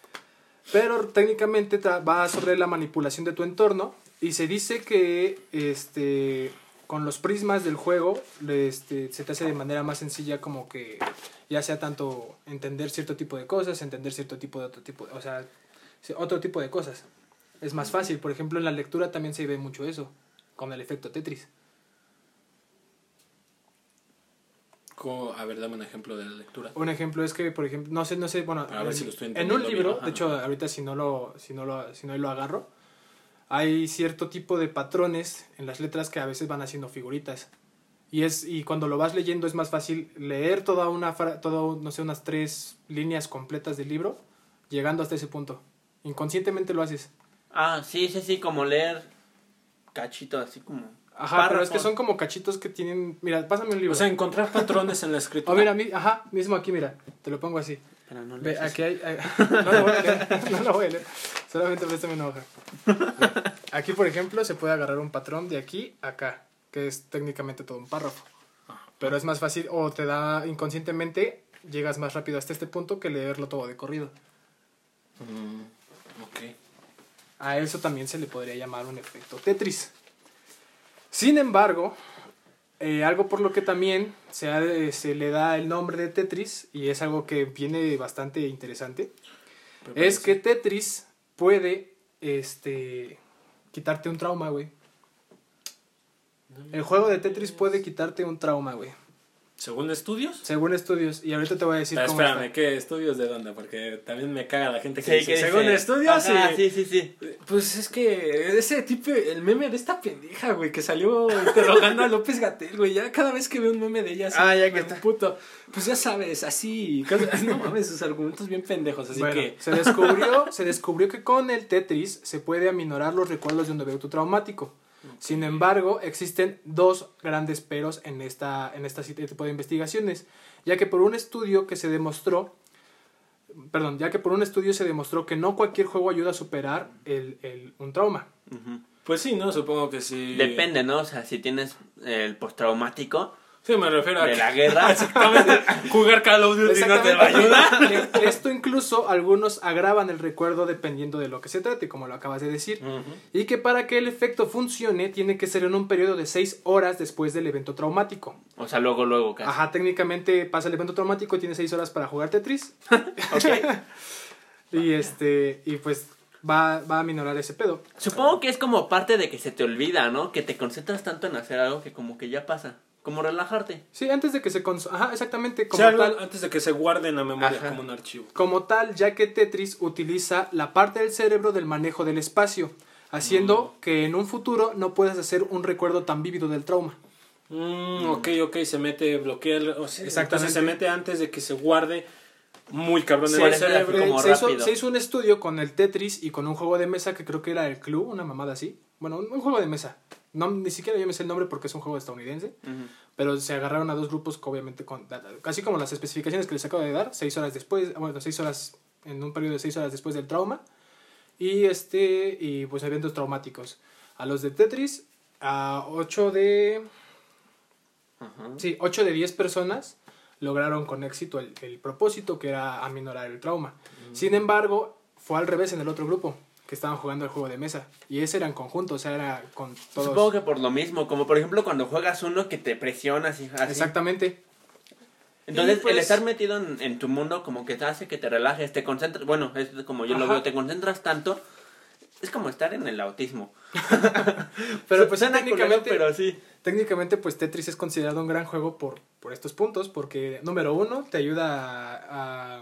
Pero técnicamente tra- va sobre la manipulación de tu entorno y se dice que este, con los prismas del juego este, se te hace de manera más sencilla como que ya sea tanto entender cierto tipo de cosas, entender cierto tipo de otro tipo, o sea, sí, otro tipo de cosas. Es más fácil, por ejemplo, en la lectura también se ve mucho eso, con el efecto Tetris. Co- A ver, dame un ejemplo de la lectura. Un ejemplo es que, por ejemplo, no sé, no sé, bueno, A ver en, si lo estoy en entendiendo un libro, bien, ajá. de hecho, ahorita si no lo, si no lo, si no lo agarro, hay cierto tipo de patrones en las letras que a veces van haciendo figuritas. Y es, y cuando lo vas leyendo es más fácil leer toda una, fra- todo, no sé, unas tres líneas completas del libro, llegando hasta ese punto. Inconscientemente lo haces. Ah, sí, sí, sí, como leer cachito, así como... Ajá, pero es que párrafos. son como cachitos que tienen, mira, pásame un libro. O sea, encontrar patrones en la escritura. Oh, mira, mi- ajá, mismo aquí, mira, te lo pongo así. Pero no Ve, lees aquí hay, hay- no lo voy a leer, no lo voy a leer. Solamente préstame una hoja. Ve, aquí, por ejemplo, se puede agarrar un patrón de aquí a acá, que es técnicamente todo un párrafo. Pero es más fácil, o te da inconscientemente, llegas más rápido hasta este punto que leerlo todo de corrido. Mm, ok. A eso también se le podría llamar un efecto Tetris. Sin embargo, eh, algo por lo que también se, ha de- se le da el nombre de Tetris, y es algo que viene bastante interesante, es que Tetris puede este, quitarte un trauma, güey. El juego de Tetris puede quitarte un trauma, güey. ¿Según estudios? Según estudios, y ahorita te voy a decir Ah, cómo espérame, está. ¿qué estudios de dónde? Porque también me caga la gente que Sí, dice, que dice, según estudios, ajá, y- sí, sí, sí. Pues es que ese tipo, el meme de esta pendeja, güey, que salió interrogando a López Gatell, güey, ya cada vez que veo un meme de ella, así, Ah, ya que me está. emputo. Pues ya sabes, así, cosas- no mames, sus argumentos bien pendejos, así Bueno, que... se descubrió, se descubrió que con el Tetris se puede aminorar los recuerdos de un evento traumático. Sin embargo, existen dos grandes peros en esta en este tipo de investigaciones, ya que por un estudio que se demostró, perdón, ya que por un estudio se demostró que no cualquier juego ayuda a superar el, el, un trauma. Ujú. Pues sí, ¿no? Supongo que sí. Depende, ¿no? O sea, si tienes el postraumático, Sí, me refiero a de que- la guerra. Exactamente. Jugar Call of Duty no te va a ayudar. Esto incluso algunos agravan el recuerdo dependiendo de lo que se trate, como lo acabas de decir. Ujú. Y que para que el efecto funcione tiene que ser en un periodo de seis horas después del evento traumático. O sea, luego, luego casi. Ajá, técnicamente pasa el evento traumático y tienes seis horas para jugar Tetris. Ok. Y este y pues va, va a minorar ese pedo. Supongo que es como parte de que se te olvida, ¿no? Que te concentras tanto en hacer algo que como que ya pasa. Como relajarte. Sí, antes de que se... cons- Ajá, exactamente. Sí, Como algo tal, antes de que se guarde en la memoria Ajá. como un archivo. como tal, ya que Tetris utiliza la parte del cerebro del manejo del espacio, haciendo que en un futuro no puedas hacer un recuerdo tan vívido del trauma. Mm, ok, ok, se mete, bloquea el... O sea, Exactamente. entonces se mete antes de que se guarde muy cabrón en Sí, el es cerebro. gráfico. como se, hizo, rápido. se hizo un estudio con el Tetris y con un juego de mesa que creo que era el Club, una mamada así. Bueno, un, un juego de mesa. No, ni siquiera yo me sé el nombre porque es un juego estadounidense. Ujú. Pero se agarraron a dos grupos que obviamente con casi como las especificaciones que les acabo de dar, seis horas después, bueno, seis horas en un periodo de seis horas después del trauma. Y este y pues eventos traumáticos. A los de Tetris, a ocho de Ajá. sí, ocho de diez personas lograron con éxito el, el propósito que era aminorar el trauma. Sin embargo, fue al revés en el otro grupo, que estaban jugando el juego de mesa. Y ese era en conjunto, o sea, era con todos. Supongo que por lo mismo, como por ejemplo cuando juegas uno que te presionas y así. Exactamente. Entonces, Y, pues, el estar metido en, en tu mundo como que te hace que te relajes, te concentras, bueno, es como yo lo Ajá. veo, te concentras tanto, es como estar en el autismo. Pero pues Suena técnicamente, culero, pero sí. técnicamente pues Tetris es considerado un gran juego por, por estos puntos, porque número uno, te ayuda a,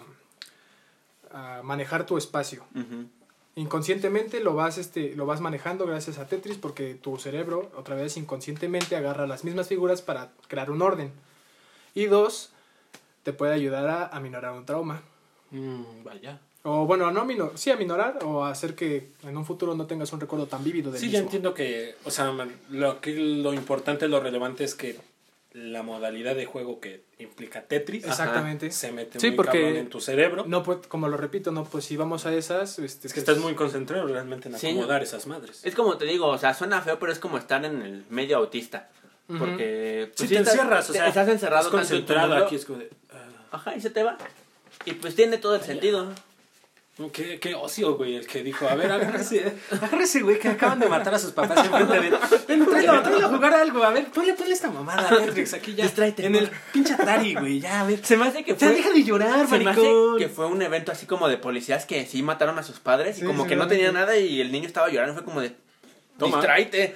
a, a manejar tu espacio. Ujú. Inconscientemente lo vas, este, lo vas manejando gracias a Tetris porque tu cerebro, otra vez inconscientemente, agarra las mismas figuras para crear un orden. Y dos, te puede ayudar a, a minorar un trauma. Mm, vaya. O bueno, no minor, sí a minorar o a hacer que en un futuro no tengas un recuerdo tan vívido del Sí, ya mismo. entiendo que, o sea, man, lo que lo importante, lo relevante es que la modalidad de juego que implica Tetris Exactamente. se mete Sí, muy porque cabrón en tu cerebro. No, pues, como lo repito, no, pues si vamos a esas... Este, Es que pues, estás muy concentrado realmente en Sí. acomodar esas madres. Es como te digo, o sea, suena feo, pero es como estar en el medio autista. Ujú. Porque Sí, pues, te estás, encierras, o te- sea, estás encerrado estás tanto en tu concentrado mundo. aquí, es como de, ah, Ajá, y se te va. Y pues tiene todo el sentido. qué, qué ocio, güey, el que dijo, a ver, agárrese, agárrese, güey, que acaban de matar a sus papás enfrente de él. Ven, tráelo, tráelo a jugar algo, a ver, ponle, ponle esta mamada, Matrix, aquí ya, Distráete, en el pinche Atari, güey, ya, a ver. Se me hace que Ya fue... deja de llorar, Se me hace maricón. que fue un evento así como de policías que sí mataron a sus padres y Sí, como que no seguramente. tenía nada y el niño estaba llorando. Fue como de... Toma. Distráete.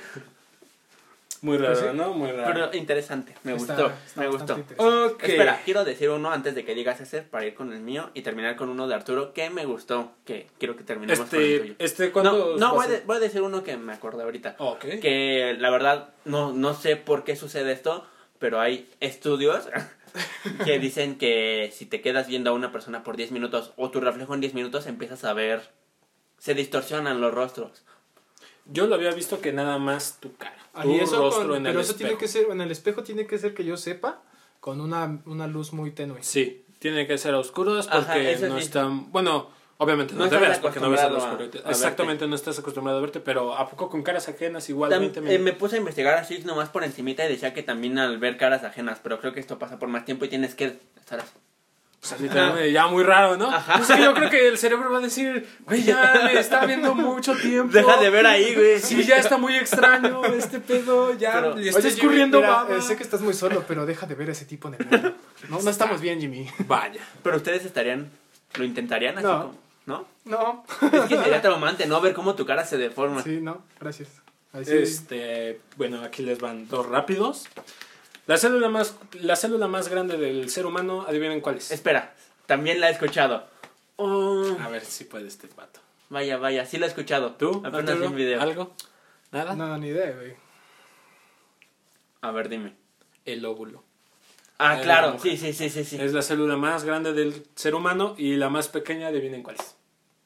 Muy raro, Pues sí. ¿no? Muy raro. Pero interesante. Me Está- gustó. está me bastante gustó. interesante. Ok. Espera, quiero decir uno antes de que digas ese para ir con el mío y terminar con uno de Arturo que me gustó. Que quiero que terminemos con el Este, tuyo. este, No, ¿cuántos no va a voy, a ser? de- voy a decir uno que me acordé ahorita. Ok. Que la verdad no, no sé por qué sucede esto, pero hay estudios que dicen que si te quedas viendo a una persona por diez minutos o tu reflejo en diez minutos empiezas a ver, se distorsionan los rostros. Yo lo había visto que nada más tu cara. Tu Y eso rostro con- en pero el eso tiene espejo. que ser, en el espejo tiene que ser que yo sepa, con una, una luz muy tenue. Sí, tiene que ser a oscuros Ajá, porque eso no sí. están... Bueno, obviamente no, No te estás veas porque no ves a los acostumbrado a- oscuros. a verte. Exactamente, no estás acostumbrado a verte, pero ¿a poco con caras ajenas Tam- igualmente? eh, me puse a investigar así nomás por encimita y decía que también al ver caras ajenas, pero creo que esto pasa por más tiempo y tienes que estar así. O sea, literalmente ya muy raro, ¿no? Ajá. Es que yo creo que el cerebro va a decir, güey, ya me está viendo mucho tiempo. Deja de ver ahí, güey. Sí, ya está muy extraño este pedo, ya Pero- le está Oye, Jimmy, escurriendo mira, baba. eh, sé que estás muy solo, pero deja de ver a ese tipo en el mundo. No, no estamos bien, Jimmy. Vaya. Pero ustedes estarían, lo intentarían así No. como, ¿no? No. Es que sería traumante, ¿no? Ver cómo tu cara se deforma. Sí, no, gracias. Ahí sí. Este, bueno, aquí les van dos rápidos. La célula más, la célula más grande del ser humano, adivinen cuál es. Espera, también la he escuchado. Oh, A ver si puede este pato. vaya, vaya, sí la he escuchado. ¿Tú? Apenas vi Arturo? un video. ¿Algo? ¿Nada? No, ni idea, güey. A ver, dime. El óvulo. Ah, Eh, la claro, mujer. sí, sí, sí, sí, sí. Es la célula más grande del ser humano y la más pequeña, adivinen cuál es.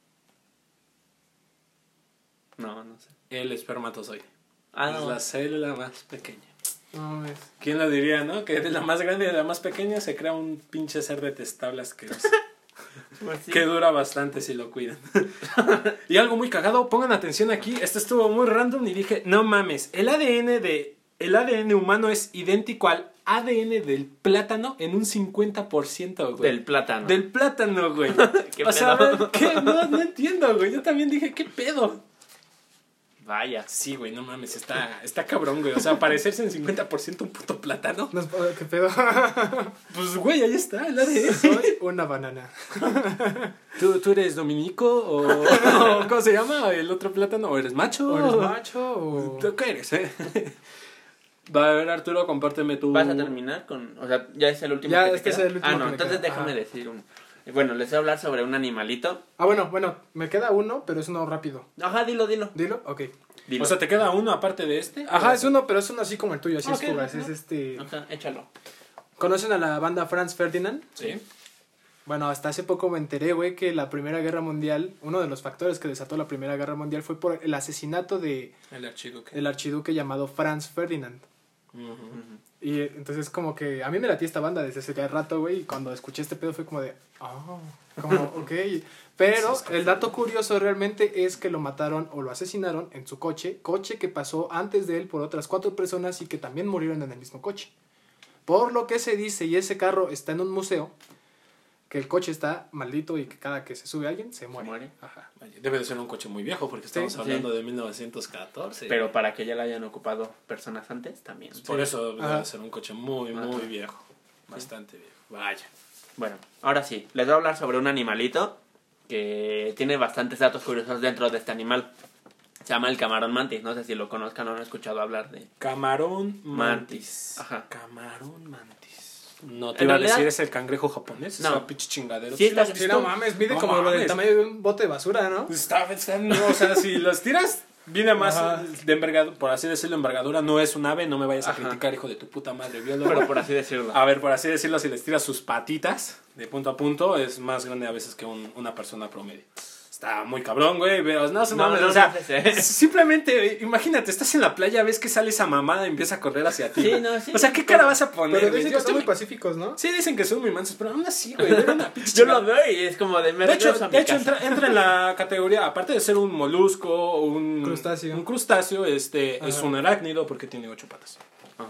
No, no sé. El espermatozoide. Ah, es no. la célula más pequeña. No, es... ¿Quién lo diría, no? Que de la más grande y de la más pequeña se crea un pinche ser de tablas que, Pues sí. que dura bastante si lo cuidan. Y algo muy cagado, pongan atención aquí, esto estuvo muy random y dije, no mames, el A D N de el A D N humano es idéntico al A D N del plátano en un cincuenta por ciento, güey. Del plátano. Del plátano, güey. ¿Qué O sea, a pedo? ver, ¿qué? No, no entiendo, güey. Yo también dije, ¿qué pedo? Vaya. Sí, güey, no mames, está, está cabrón, güey. O sea, parecerse en cincuenta por ciento un puto plátano. No es- ¿Qué pedo? Pues, güey, ahí está, el A D N. Soy una banana. ¿Tú, ¿Tú eres dominico o, o cómo se llama el otro plátano? ¿O eres macho? ¿O eres macho o...? ¿Tú qué eres, eh? Va a ver, Arturo, compárteme tu... ¿Vas a terminar con...? O sea, ya es el último Ya, que te este es queda? el último Ah, que no, me entonces queda. déjame Ajá. decir uno. Bueno, les voy a hablar sobre un animalito. Ah, bueno, bueno, me queda uno, pero es uno rápido. Ajá, dilo, dilo. ¿Dilo? Ok. Dilo. O sea, ¿te queda uno aparte de este? Ajá, es uno, pero es uno así como el tuyo, así Ok, es fugas. ¿no? Es este... Ajá, échalo. ¿Conocen a la banda Franz Ferdinand? Sí. Bueno, hasta hace poco me enteré, güey, que la Primera Guerra Mundial, uno de los factores que desató la Primera Guerra Mundial fue por el asesinato de El archiduque. el archiduque llamado Franz Ferdinand. Ujú. Y eh, entonces como que a mí me latía esta banda desde ese rato, güey, y cuando escuché este pedo fue como de, oh, como, ok. Pero el dato curioso realmente es que lo mataron o lo asesinaron en su coche, coche que pasó antes de él por otras cuatro personas y que también murieron en el mismo coche. Por lo que se dice, y ese carro está en un museo, que el coche está maldito y que cada que se sube alguien se muere. muere. Ajá. Vaya, debe de ser un coche muy viejo porque estamos Sí. hablando de mil novecientos catorce. Pero para que ya la hayan ocupado personas antes, también. Por Sí. eso debe Ajá. de ser un coche muy, muy Ajá. viejo. Bastante viejo. Vaya. Bueno, ahora sí, les voy a hablar sobre un animalito que tiene bastantes datos curiosos dentro de este animal. Se llama el camarón mantis. No sé si lo conozcan o han escuchado hablar de... Camarón mantis. Mantis. Ajá. Camarón mantis. No te En iba a realidad- decir es el cangrejo japonés. No. Esa pinche chingadero. Sí, está- lo has Sí, visto? no mames, mide No como lo del mames. tamaño de un bote de basura, ¿no? Está, está- no, o sea, si los tiras, viene más Ajá. de envergadura, por así decirlo, envergadura. No es un ave, no me vayas a Ajá. criticar, hijo de tu puta madre, biólogo. Pero por así decirlo. A ver, por así decirlo, si les tiras sus patitas de punto a punto, es más grande a veces que un- una persona promedio. Está muy cabrón, güey, pero no se No, mames, no, o sea, no sé. simplemente, imagínate, estás en la playa, ves que sale esa mamada y empieza a correr hacia ti. Sí, güey. no, sí. O sea, ¿qué cara vas a poner, Pero güey? dicen Yo que son estoy muy pacíficos, ¿no? Sí, dicen que son muy mansos, pero aún así, güey, era una pinche Yo chingada. lo veo y es como de... Me De hecho, regreso a mi de hecho casa. entra, entra en la categoría, aparte de ser un molusco o un Crustáceo. un crustáceo, este Ajá. es un arácnido porque tiene ocho patas. Ajá.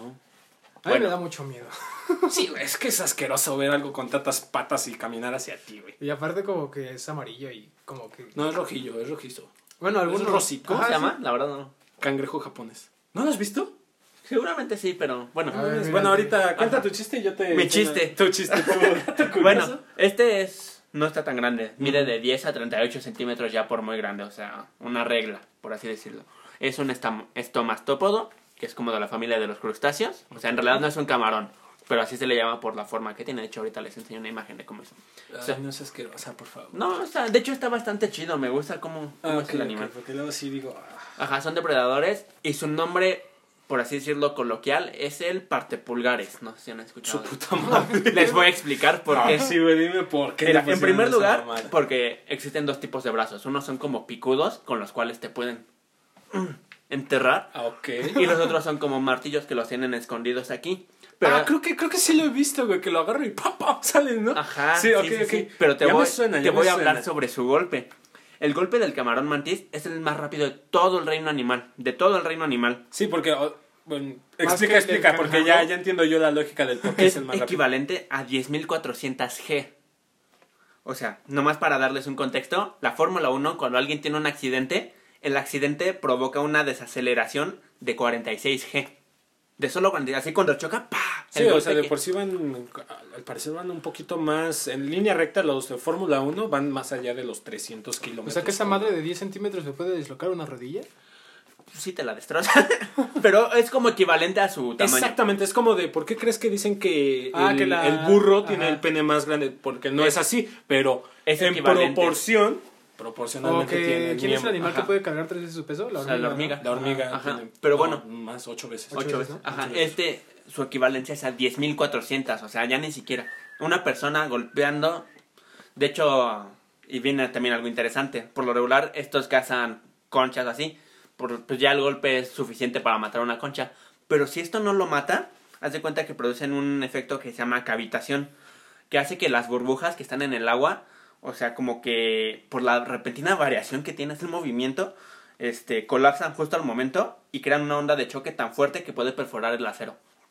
A mí Bueno. me da mucho miedo. Sí, güey, es que es asqueroso ver algo con tantas patas y caminar hacia ti, güey. Y aparte como que es amarillo y como que... No es rojillo, es rojizo. Bueno, algunos... es rosito. ¿Cómo Ajá, se sí. llama? La verdad no. Cangrejo japonés. ¿No lo has visto? Seguramente sí, pero bueno. A ver, mira, Bueno, ahorita cuenta Ajá. tu chiste y yo te... Mi chiste. Tu chiste. Tu, tu Bueno, curioso. este es no está tan grande. Mide de diez a treinta y ocho centímetros ya por muy grande. O sea, una regla, por así decirlo. Es un estam- estomastópodo, que es como de la familia de los crustáceos. O sea, en realidad no es un camarón, pero así se le llama por la forma que tiene. De hecho, ahorita les enseño una imagen de cómo es. O sea, Ay, no seas asquerosa, por favor. no, o sea, de hecho está bastante chido. Me gusta cómo, cómo Ah, es ok, el ok, animal. porque luego sí digo... ah. Ajá, son depredadores y su nombre, por así decirlo coloquial, es el partepulgares. No sé si han Su escuchado. de- puta madre. Les voy a explicar por qué. Ah, sí, güey, dime por qué. Mira, le en pusieron primer esa lugar, mamada. porque existen dos tipos de brazos. Unos son como picudos, con los cuales te pueden mm, enterrar. Ah, ok. Y los otros son como martillos que los tienen escondidos aquí. Pero, ah, creo que, creo que sí lo he visto, güey, que lo agarro y ¡pam, pam! Salen, ¿no? Ajá, Sí, sí, ok, sí, ok. sí. Pero te Ya voy, me suena, te ya voy me a hablar suena. sobre su golpe. El golpe del camarón mantis es el más rápido de todo el reino animal. De todo el reino animal. Sí, porque... oh, bueno, Más explica, que el explica, del porque canguro. ya, ya entiendo yo la lógica del por qué es, Es el más rápido. equivalente a diez mil cuatrocientos G. O sea, nomás para darles un contexto, la Fórmula uno, cuando alguien tiene un accidente, el accidente provoca una desaceleración de cuarenta y seis G. De solo cuarenta, así cuando choca, ¡pa! Sí, El o golpe sea, de que- por sí van, al parecer van un poquito más, en línea recta, los de Fórmula uno van más allá de los trescientos O kilómetros. sea que esa por madre hora. de diez centímetros se puede dislocar una rodilla. Sí te la destroza. Pero es como equivalente a su tamaño. Exactamente, es como de, ¿por qué crees que dicen que, Ah, el, que la- el burro ajá. tiene el pene más grande? Porque no es así, pero Es en equivalente. proporción, O proporcionalmente que, tiene el ¿quién es el miembro. animal Ajá. que puede cargar tres veces su peso? O sea, la hormiga. La hormiga Ajá, tiene, pero no, bueno. más ocho veces. Ocho Ocho veces, veces. ¿no? Ajá, Ocho veces. este, su equivalencia es a diez mil cuatrocientos, o sea, ya ni siquiera. Una persona golpeando, de hecho, y viene también algo interesante, por lo regular estos cazan conchas así, por, pues ya el golpe es suficiente para matar una concha. Pero si esto no lo mata, haz de cuenta que producen un efecto que se llama cavitación, que hace que las burbujas que están en el agua, o sea, como que por la repentina variación que tiene el movimiento, este, colapsan justo al momento y crean una onda de choque tan fuerte que puede perforar el acero.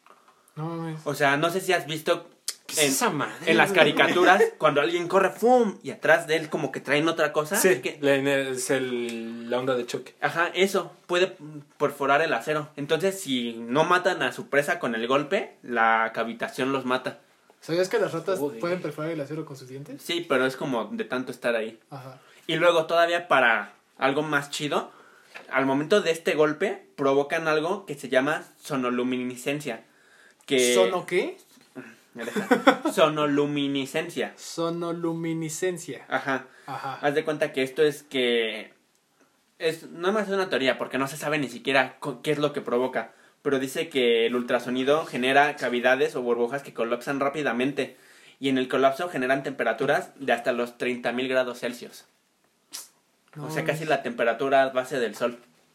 No mames. O sea, no sé si has visto ¿Qué es en, esa madre, en las güey? caricaturas cuando alguien corre, ¡fum! Y atrás de él como que traen otra cosa. Sí, Es que- la, es el, la onda de choque. Ajá, eso, puede perforar el acero. Entonces, si no matan a su presa con el golpe, la cavitación los mata. ¿Sabías que las ratas Joder. pueden perforar el acero con sus dientes? Sí, pero es como de tanto estar ahí. Ajá. Y luego todavía para algo más chido, al momento de este golpe provocan algo que se llama sonoluminiscencia. Que... ¿Sono qué? Ya deja. Sonoluminiscencia. Sonoluminiscencia. Ajá. Ajá. Haz de cuenta que esto es que... es no más es una teoría porque no se sabe ni siquiera co- qué es lo que provoca. Pero dice que el ultrasonido genera cavidades o burbujas que colapsan rápidamente. Y en el colapso generan temperaturas de hasta los treinta mil grados Celsius. No, O sea, casi la temperatura base del sol.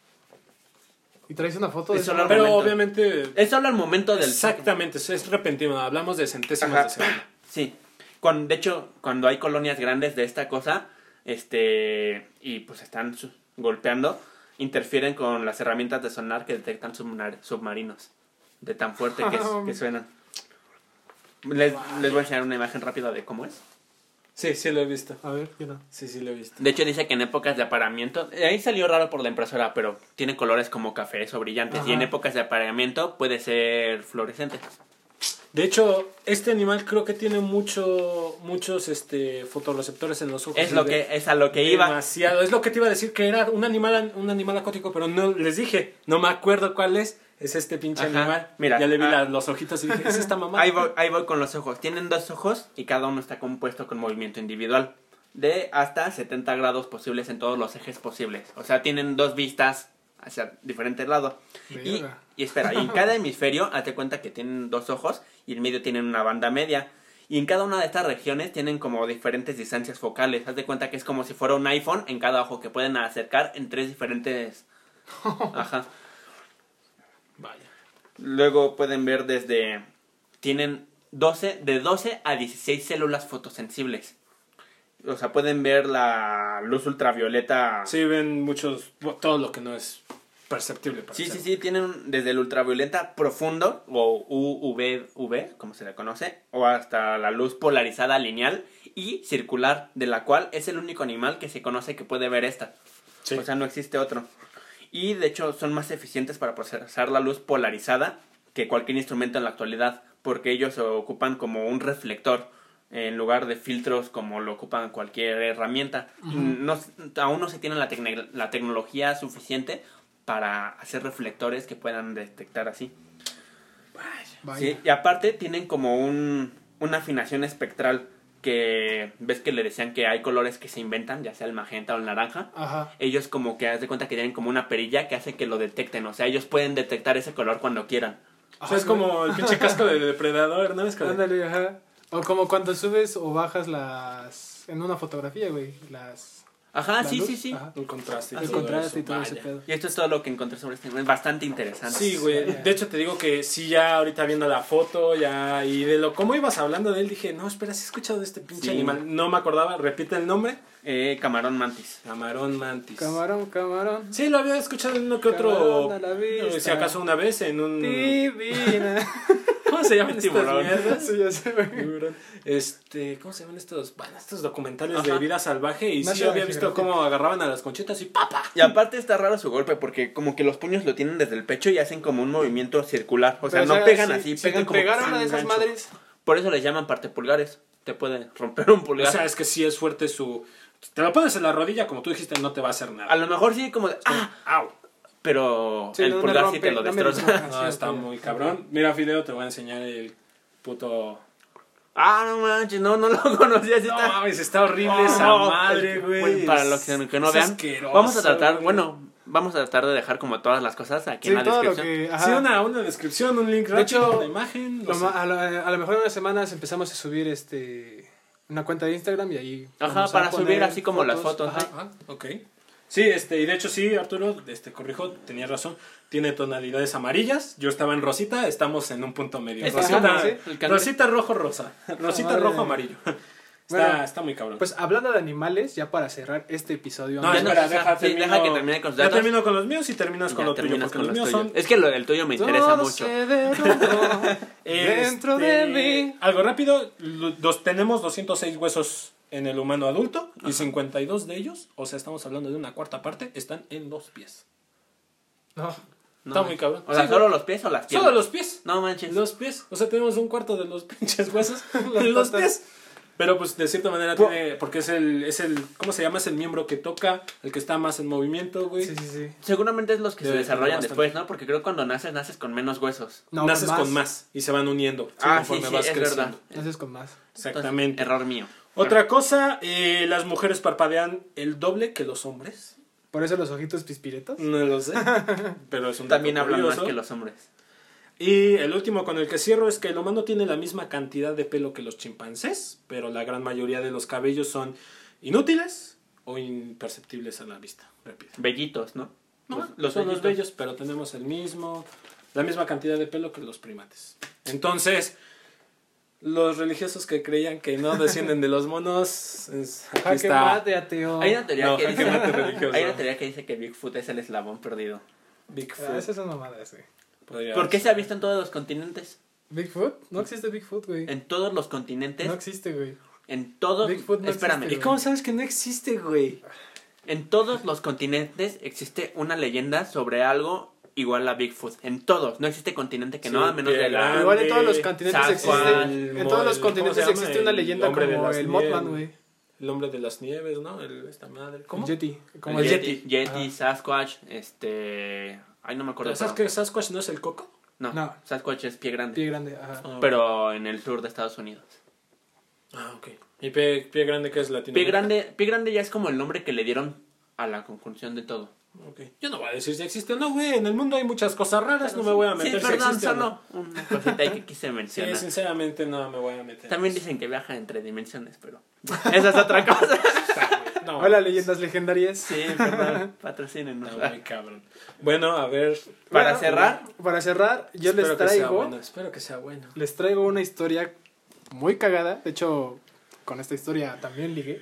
¿Y traes una foto de Es eso? solo al Pero momento. obviamente... Es solo al momento del... Exactamente, eso es repentino. Hablamos de centésimas Ajá. de segundo. Sí. Cuando, de hecho, cuando hay colonias grandes de esta cosa, este y pues están su- golpeando, interfieren con las herramientas de sonar que detectan submar- submarinos. De tan fuerte que, es- que suenan. Les, les voy a enseñar una imagen rápida de cómo es. Sí, sí lo he visto. A ver, yo no. Sí, sí lo he visto. De hecho, dice que en épocas de apareamiento, eh, ahí salió raro por la impresora, pero tiene colores como cafés o brillantes. Ajá. Y en épocas de apareamiento puede ser fluorescente. De hecho, este animal creo que tiene mucho, muchos este, fotorreceptores en los ojos. Es Y lo de- que es a lo que iba. Demasiado. Es lo que te iba a decir, que era un animal, un animal acuático, pero no les dije, no me acuerdo cuál es. Es este pinche Ajá. animal. Mira, ya le vi ah. la- los ojitos y dije, es esta mamá. Ahí voy, ahí voy con los ojos. Tienen dos ojos y cada uno está compuesto con movimiento individual. De hasta setenta grados posibles en todos los ejes posibles. O sea, tienen dos vistas hacia diferentes lados. Y, Verga. y espera, y en cada hemisferio, hazte cuenta que tienen dos ojos y en medio tienen una banda media. Y en cada una de estas regiones tienen como diferentes distancias focales. Haz de cuenta que es como si fuera un iPhone en cada ojo que pueden acercar en tres diferentes... Ajá. Vaya. Luego pueden ver desde... Tienen doce, de doce a dieciséis células fotosensibles. O sea, pueden ver la luz ultravioleta. Sí, ven muchos, bueno, todo lo que no es perceptible para Sí, ser. sí, sí, tienen desde el ultravioleta profundo, o U V V, como se le conoce, o hasta la luz polarizada lineal y circular, de la cual es el único animal que se conoce que puede ver esta. Sí. O sea, no existe otro. Y de hecho son más eficientes para procesar la luz polarizada que cualquier instrumento en la actualidad, porque ellos se ocupan como un reflector en lugar de filtros como lo ocupan cualquier herramienta. Ujú. No, aún no se tiene la, tecne- la tecnología suficiente para hacer reflectores que puedan detectar así. Vaya. Sí, y aparte tienen como un, una afinación espectral que ves que le decían que hay colores que se inventan, ya sea el magenta o el naranja. Ajá. Ellos como que haz de cuenta que tienen como una perilla que hace que lo detecten. O sea, ellos pueden detectar ese color cuando quieran. O sea, es como el pinche casco de depredador, ¿no? Es como... Ándale, ajá. O como cuando subes o bajas las... En una fotografía, güey. Las... Ajá, la sí, luz. sí, sí. Ajá. El contraste. y El todo contraste eso, y todo ese vaya. pedo. Y esto es todo lo que encontré sobre este. Es bastante interesante. Sí, güey. De hecho, te digo que sí, ya ahorita viendo la foto, ya. Y de lo cómo ibas hablando de él, dije, no, espera, sí he escuchado de este pinche Sí. animal. No me acordaba, repite el nombre. Eh, camarón mantis. Camarón mantis. Camarón, camarón. Sí, lo había escuchado en uno que otro. Camarón a la vista. Si acaso una vez en un. Divina. ¿Cómo se llaman estas Tiburón. mierdas? Sí, ya sé, güey. Tiburón. Este, ¿cómo se llaman estos? Bueno, estos documentales Ajá. de vida salvaje. Y sí National había visto Geographic. cómo agarraban a las conchitas y ¡papa! Y aparte está raro su golpe porque como que los puños lo tienen desde el pecho y hacen como un movimiento circular. O sea, Pero, no pegan si- así, si pegan te como pegaron que una de esas un gancho. madres. Por eso les llaman parte pulgares. Te puede romper un pulgar. O sea, es que sí es fuerte su. Te lo pones en la rodilla, como tú dijiste, no te va a hacer nada. a lo mejor sí como de, ah, ¡Au! pero Sí, el no me pulgar rompe, sí te lo no me destroza. desmoja. No, Sí, está ok. muy cabrón. Mira, Fideo, te voy a enseñar el puto. Ah, no manches, no, no lo conocía. Sí No está... mames, está horrible Oh, esa no, madre, el- güey. bueno, para los que, que no Es vean, asqueroso, vamos a tratar, güey. bueno, vamos a tratar de dejar como todas las cosas aquí Sí, en la todo lo descripción. que... Ajá. Sí, una, una descripción, un link De rápido, hecho, una imagen. no Lo sé. ma- a, lo, a lo mejor en unas semanas empezamos a subir este una cuenta de Instagram y ahí Ajá, vamos a para poner subir así como las fotos, Ajá. Ah, ok. Sí, este, y de hecho sí, Arturo, este, corrijo, tenías razón. Tiene tonalidades amarillas. Yo estaba en rosita, estamos en un punto medio. Es Rosita, ajá, sí, el cangre. rosita rojo, rosa. Rosita madre. rojo, amarillo. Está, Bueno, está muy cabrón. Pues hablando de animales, ya para cerrar este episodio. no, ya espera, no, deja, sí, termino, deja que termine con sus ya datos. termino con los míos y terminas con Ya lo tuyo. terminas Porque con los los míos tuyos. son... Es que lo del tuyo me interesa Todo mucho. se derrumbó dentro Este, de mí. Algo rápido, lo- dos, tenemos doscientos seis huesos en el humano adulto y cincuenta y dos de ellos, o sea, estamos hablando de una cuarta parte, están en los pies. No. No, Está muy cabrón. O sea, Sí, ¿solo güey. los pies o las piernas? Solo los pies. No manches. Los pies. O sea, tenemos un cuarto de los pinches huesos Las en los patas. pies. Pero pues de cierta manera Po- tiene, porque es el, es el, ¿cómo se llama? Es el miembro que toca, el que está más en movimiento, güey. Sí, sí, sí. Seguramente es los que Debe se tener desarrollan bastante. después, ¿no? Porque creo que cuando naces, naces con menos huesos. No, Naces con con más. más y se van uniendo Ah, conforme sí, sí, vas es creciendo. verdad. Haces con más. Exactamente. Entonces, error mío. Otra cosa, eh, las mujeres parpadean el doble que los hombres. Por eso los ojitos pispiretos. No lo sé, pero es un También dato hablan más curioso. que los hombres. Y el último con el que cierro es que el humano tiene la misma cantidad de pelo que los chimpancés, pero la gran mayoría de los cabellos son inútiles o imperceptibles a la vista. Repito. Bellitos, ¿no? No, Los- los son los bellitos. bellos, pero tenemos el mismo, la misma cantidad de pelo que los primates. Entonces, los religiosos que creían que no descienden de los monos, es, aquí Jaque está. mate, ateo. Hay una teoría No, que jaque dice, mate religioso. hay una teoría que dice que Bigfoot es el eslabón perdido. Bigfoot. Ah, esas son mamadas, güey. Podría ¿Por qué ser. se ha visto en todos los continentes? ¿Bigfoot? No existe Bigfoot, güey. En todos los continentes, No existe, güey. en todos, Bigfoot no espérame, existe, ¿Y cómo sabes que no existe, güey? en todos los continentes existe una leyenda sobre algo igual a Bigfoot. En todos, no existe continente que no, Sí, a menos de que la... la- Igual en todos los continentes Sasquatch, existe. el En todos los mo- continentes ¿cómo se llama? existe una El leyenda hombre de como las el nieves. Mothman, güey. El hombre de las nieves, ¿no? El, esta madre. ¿Cómo? El Yeti. Como el el Yeti, Yeti. Yeti, Ajá. Sasquatch, este... Ay, no me acuerdo. ¿Sabes pero- que Sasquatch no es el coco? No, No. Sasquatch es pie grande. Pie grande, ajá. Pero en el sur de Estados Unidos. Ah, ok. ¿Y pie, pie grande que es latino? Pie grande, pie grande ya es como el nombre que le dieron a la conjunción de todo. Ok. Yo no voy a decir si existe o no, güey. En el mundo hay muchas cosas raras, no me voy a meter Sí, si perdón, existe o no. solo una cosita ahí que quise Sí, mencionar. sinceramente no me voy a meter. También dicen que viaja entre dimensiones, pero esa es otra cosa. No, Hola, leyendas legendarias. Sí, perdón, patrocínenos. no, muy cabrón. Bueno, a ver. Para Bueno, cerrar, Para cerrar, yo Espero les que sea traigo. bueno. Espero que sea bueno. Les traigo una historia muy cagada. De hecho, con esta historia también ligué.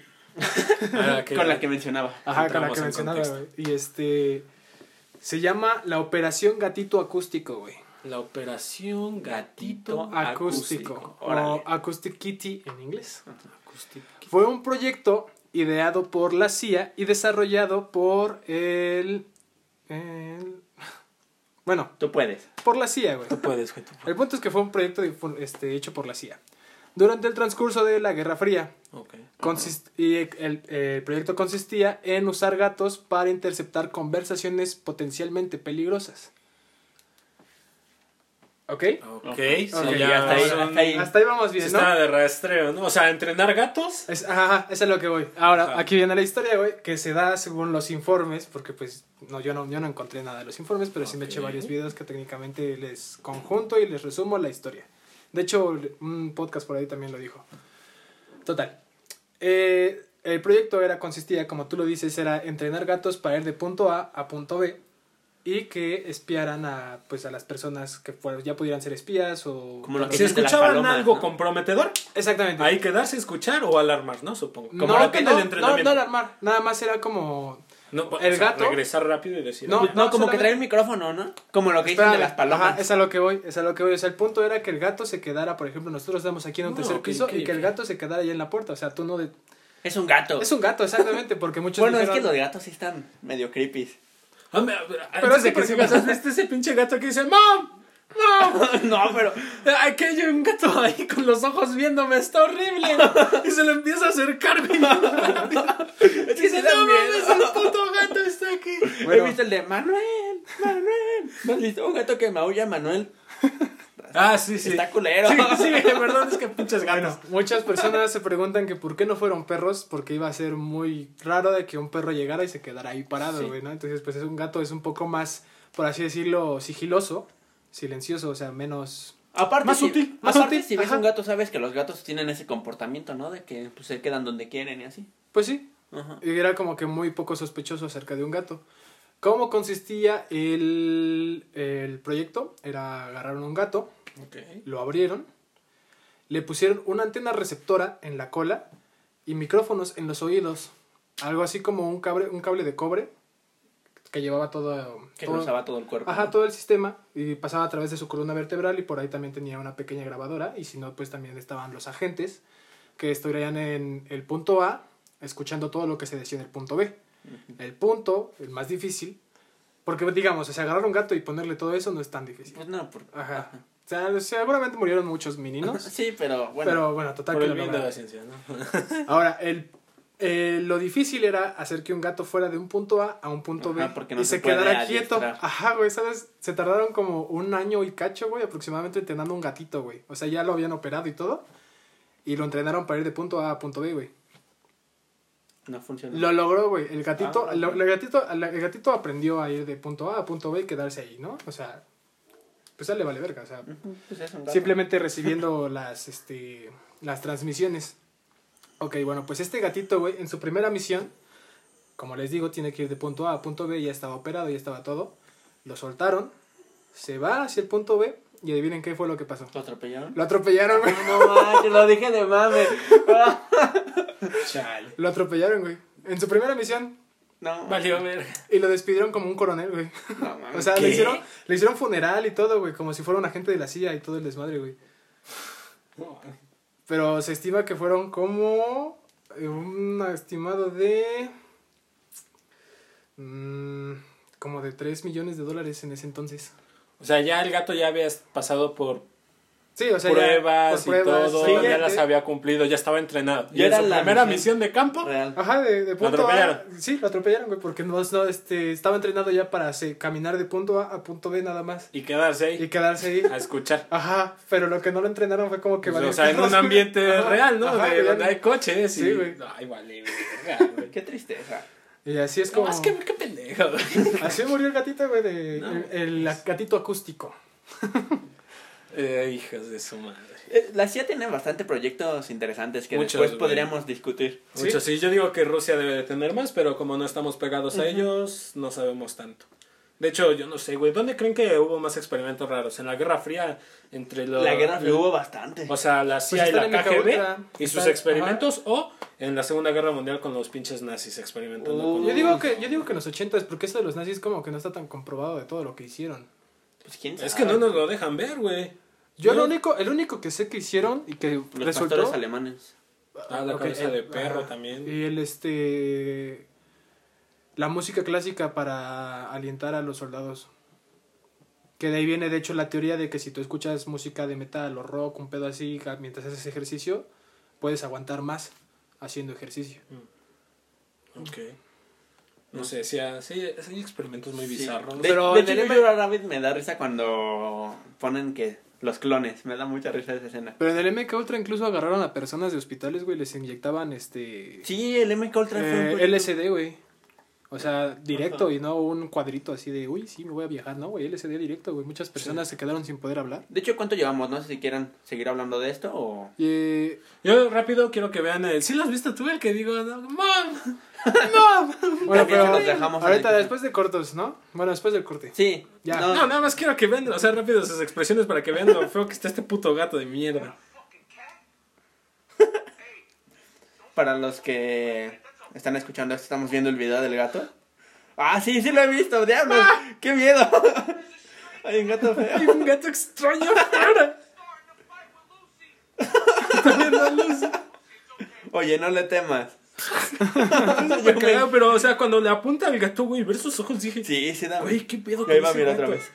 Ah, que- con la que mencionaba. Ajá, con la Entramos que en mencionaba, contexto. güey. Y este. Se llama la Operación Gatito Acústico, güey. La operación gatito Acústico. acústico. Órale. O Acoustic Kitty en inglés. Acústico. Fue un proyecto ideado por la C I A y desarrollado por el. el bueno, Tú puedes. por la C I A, güey. Tú puedes, güey. tú puedes. El punto es que fue un proyecto difu- este, hecho por la C I A. Durante el transcurso de la Guerra Fría, Ok. consist- y el, el proyecto consistía en usar gatos para interceptar conversaciones potencialmente peligrosas. ¿Ok? Ok, Ok, sí, ya ya hasta ahí, son- hasta ahí. Hasta ahí vamos sí bien, ¿no? está de rastreo, ¿no? O sea, entrenar gatos. Es, ajá, eso es lo que voy. Ahora, Ajá. aquí viene la historia, güey, que se da según los informes, porque pues no yo no yo no encontré nada de los informes, pero sí me eché Ok. varios videos que técnicamente les conjunto y les resumo la historia. De hecho, un podcast por ahí también lo dijo. Total. Eh, el proyecto era consistía, como tú lo dices, era entrenar gatos para ir de punto A a punto B y que espiaran a pues a las personas que fueran- ya pudieran ser espías o Como lo que Si dicen de las escuchaban palomas, algo ¿no? comprometedor, exactamente. hay que darse a escuchar o alarmar, ¿no? Supongo. Como no, depende no, del no, entrenamiento. no alarmar, nada más era como No, o el sea, gato- regresar rápido y decir. No, "Oye, No, como que solamente- trae el micrófono, ¿no? Como lo que dicen de Espérame, las palomas. Ajá, es a lo que voy, es a lo que voy. O sea, el punto era que el gato se quedara, por ejemplo, nosotros estamos aquí en un No, tercer ok, piso ok, y que el ok. gato se quedara allá en la puerta. O sea, tú no... De... Es un gato. Es un gato, exactamente, porque muchos Bueno, dijeron... es que los gatos sí están medio creepy. Ah, me- Pero Antes es de que, que por sigas, ejemplo- ¿has visto ese pinche gato que dice ¡Mom! ¡Mom! No, pero Aquí hay un gato ahí con los ojos viéndome, está horrible. Y se lo empieza a acercar, güey. es que Dice, sí dan no mames, miedo. el puto gato está aquí. Bueno. He visto el de Manuel, Manuel. ¿No has visto un gato que maulla, Manuel? Ah, sí, sí. Está culero. Sí, sí, perdón, es que pinches gatos. Bueno, muchas personas se preguntan que por qué no fueron perros, porque iba a ser muy raro de que un perro llegara y se quedara ahí parado, Sí. güey, ¿no? Entonces, pues es un gato, es un poco más, por así decirlo, sigiloso, silencioso, o sea, menos... Aparte, Más si, útil, más aparte, útil, si ves ajá. un gato, sabes que los gatos tienen ese comportamiento, ¿no? De que pues, se quedan donde quieren y así. Pues sí, Ajá. y era como que muy poco sospechoso acerca de un gato. ¿Cómo consistía el, el proyecto? Era agarraron un gato, Ok. lo abrieron, le pusieron una antena receptora en la cola y micrófonos en los oídos. Algo así como un cable, un cable de cobre que llevaba todo... Que todo, cruzaba todo el cuerpo. Ajá, ¿no? todo el sistema y pasaba a través de su columna vertebral y por ahí también tenía una pequeña grabadora y si no, pues también estaban los agentes que estarían en el punto A escuchando todo lo que se decía en el punto B. Uh-huh. El punto, el más difícil, porque digamos, o sea, agarrar un gato y ponerle todo eso no es tan difícil. Pues no, por... Ajá. Ajá. O sea, seguramente murieron muchos meninos. Sí, pero bueno. Pero bueno, total. Por que el bien de lograron. la ciencia, ¿no? Ahora, el, eh, lo difícil era hacer que un gato fuera de un punto A a un punto Ajá, B porque no y se se puede quedara quieto. adiestrar. Ajá, güey, ¿sabes? Se tardaron como un año y cacho, güey, aproximadamente entrenando un gatito, güey. O sea, ya lo habían operado y todo. Y lo entrenaron para ir de punto A a punto B, güey. No funcionó. Lo logró, güey. El gatito, Ah, lo- el gatito, el gatito aprendió a ir de punto A a punto B y quedarse ahí, ¿no? O sea, pues a él le vale verga, o sea, Ujú, pues es un gato. simplemente recibiendo las, este, las transmisiones. Ok, bueno, pues este gatito, güey, en su primera misión, como les digo, tiene que ir de punto A a punto B, ya estaba operado, ya estaba todo. Lo soltaron, se va hacia el punto B y adivinen qué fue lo que pasó. ¿Lo atropellaron? Lo atropellaron, güey. No manches, lo dije de mame. Chale. Lo atropellaron, güey. En su primera misión. No. Valió ver. Y lo despidieron como un coronel, güey. No, mames. O sea, ¿Qué? le hicieron, le hicieron funeral y todo, güey, como si fuera un agente de la C I A y todo el desmadre, güey. Pero se estima que fueron como eh, un estimado de... mmm, como de tres millones de dólares en ese entonces. O sea, ya el gato ya había pasado por Sí, o sea, ya pruebas, por y todo, sí, ya ya- las había cumplido, ya estaba entrenado. Ya Y en era su la primera misión. misión de campo, Real. Ajá, de, de punto atropellaron. A. Sí, lo atropellaron, güey, porque no, no, este, estaba entrenado ya para se, caminar de punto A a punto B nada más. y quedarse ahí Y quedarse ahí. a escuchar. Ajá, pero lo que no lo entrenaron fue como que... Pues, valió o sea, en un verga. ambiente Ajá, real, ¿no? ajá, de güey, donde ya- hay coches. Sí, y... güey. Ay, vale, verga, güey. Qué tristeza. Y así es No, como... es que qué pendejo, güey. Así murió el gatito, güey, de... No. el, el gatito acústico. Eh, hijas de su madre. Eh, La C I A tiene bastante proyectos interesantes que Muchos, después güey. podríamos discutir. ¿Sí? Mucho, sí, yo digo que Rusia debe de tener más, pero como no estamos pegados a ellos, no sabemos tanto. De hecho, yo no sé, güey, ¿dónde creen que hubo más experimentos raros? ¿En la Guerra Fría? Entre los... La guerra Fría hubo bastante. O sea, la C I A Pues y la están en K G B Ultra, y sus están- experimentos, o en la Segunda Guerra Mundial con los pinches nazis experimentando Uh, con... Yo digo que yo digo que en los ochentas, porque eso de los nazis como que no está tan comprobado de todo lo que hicieron. Pues quién sabe. Es que no nos lo dejan ver, güey. Yo Yo- lo único, el único que sé que hicieron y que Los resultó... pastores alemanes. Ah, la Ok, cabeza el- de perro ajá. también. Y el este... La música clásica para alientar a los soldados. Que de ahí viene de hecho la teoría de que si tú escuchas música de metal o rock, un pedo así, mientras haces ejercicio, puedes aguantar más haciendo ejercicio. Ok. No sé, sí, hay- sí, hay experimentos muy Sí. bizarros. De, Pero de en hecho, el yo M- Jojo Rabbit me da risa cuando ponen que los clones. Me da mucha risa esa escena. Pero en el M K Ultra incluso agarraron a personas de hospitales, güey, les inyectaban este... Sí, el M K Ultra fue un Eh, proyecto- L S D, güey. O sea, directo Ajá. y no un cuadrito así de, uy, sí, me voy a viajar, ¿no, güey? L S D directo, güey. Muchas personas se quedaron sin poder hablar. De hecho, ¿cuánto llevamos? No sé si quieran seguir hablando de esto o... Y, eh, Yo rápido quiero que vean el... ¿Sí lo has visto tú? El que digo, no, ¡Mom! ¡Mom! bueno, También pero se los dejamos ahorita en el- después de cortos, ¿no? Bueno, después del corte. Sí. Ya. No, No, nada más quiero que vean, o sea, rápido sus expresiones para que vean lo feo que está este puto gato de mierda. Para los que están escuchando esto, estamos viendo el video del gato. Ah, sí, sí lo he visto, diablos. ¡Qué miedo! Hay un gato feo. Hay un gato extraño afuera. Está viendo a Lucy. Oye, no le temas. Me cagaba, pero, o sea, cuando le apunta al gato, güey, ver sus ojos, dije, Sí, sí da. güey, qué pedo Ahí con va, ese mira gato. otra vez.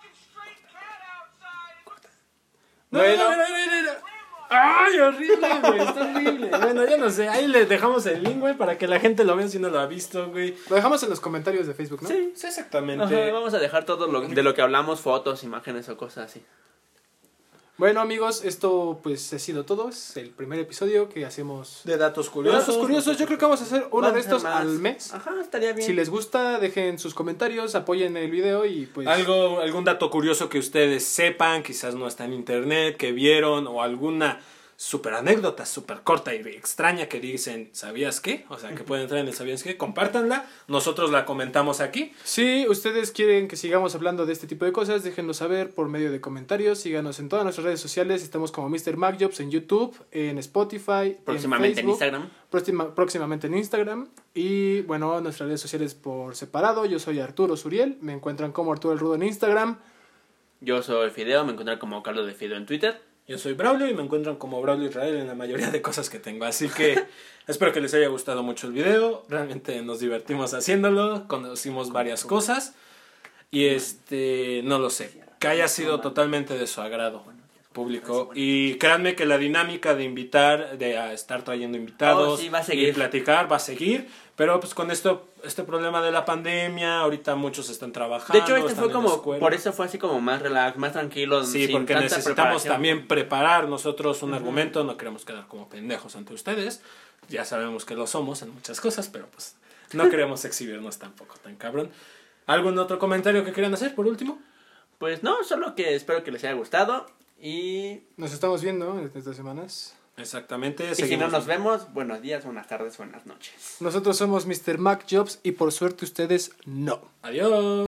No, Bueno. no, no, no, no, no. Ay, horrible, güey, está horrible. Bueno, ya no sé, ahí les dejamos el link, güey, para que la gente lo vea si no lo ha visto, güey. Lo dejamos en los comentarios de Facebook, ¿no? Sí. Sí, exactamente. Ajá, vamos a dejar todo lo, de lo que hablamos, fotos, imágenes o cosas así. Bueno, amigos, esto pues ha sido todo. Es el primer episodio que hacemos. De datos De curiosos. datos curiosos, yo creo que vamos a hacer uno Vamos de a hacer estos más. al mes. Ajá, estaría bien. Si les gusta, dejen sus comentarios, apoyen el video y pues... Algo, algún dato curioso que ustedes sepan, quizás no está en internet, que vieron, o alguna super anécdota, super corta y extraña que dicen, ¿sabías qué? O sea, que pueden entrar en el ¿sabías qué? Compártanla, nosotros la comentamos aquí. Si ustedes quieren que sigamos hablando de este tipo de cosas, déjenlo saber por medio de comentarios. Síganos en todas nuestras redes sociales. Estamos como mister MacJobs en YouTube, en Spotify, Próximamente en, en Facebook, Instagram. Próxima, próximamente en Instagram. Y bueno, nuestras redes sociales por separado. Yo soy Arturo Suriel. Me encuentran como Arturo el Rudo en Instagram. Yo soy Fideo, me encuentran como Carlos de Fideo en Twitter. Yo soy Braulio y me encuentran como Braulio Israel en la mayoría de cosas que tengo. Así que espero que les haya gustado mucho el video. Realmente nos divertimos haciéndolo. Conocimos varias cosas. Y este, no lo sé. Que haya sido totalmente de su agrado público. Y créanme que la dinámica de invitar, de a estar trayendo invitados Oh, sí, va a seguir. y platicar va a seguir. Pero pues con esto, este problema de la pandemia, ahorita muchos están trabajando. De hecho, este están fue en la como, escuela. por eso fue así como más relax, más tranquilo. Sí, sin porque tanta necesitamos preparación. también preparar nosotros un argumento, no queremos quedar como pendejos ante ustedes, ya sabemos que lo somos en muchas cosas, pero pues no queremos exhibirnos tampoco tan cabrón. ¿Algún otro comentario que quieran hacer por último? Pues no, solo que espero que les haya gustado y... Nos estamos viendo en estas semanas. Exactamente. Y si no seguimos. nos vemos, buenos días, buenas tardes, buenas noches. Nosotros somos mister MacJobs y por suerte ustedes no. Adiós.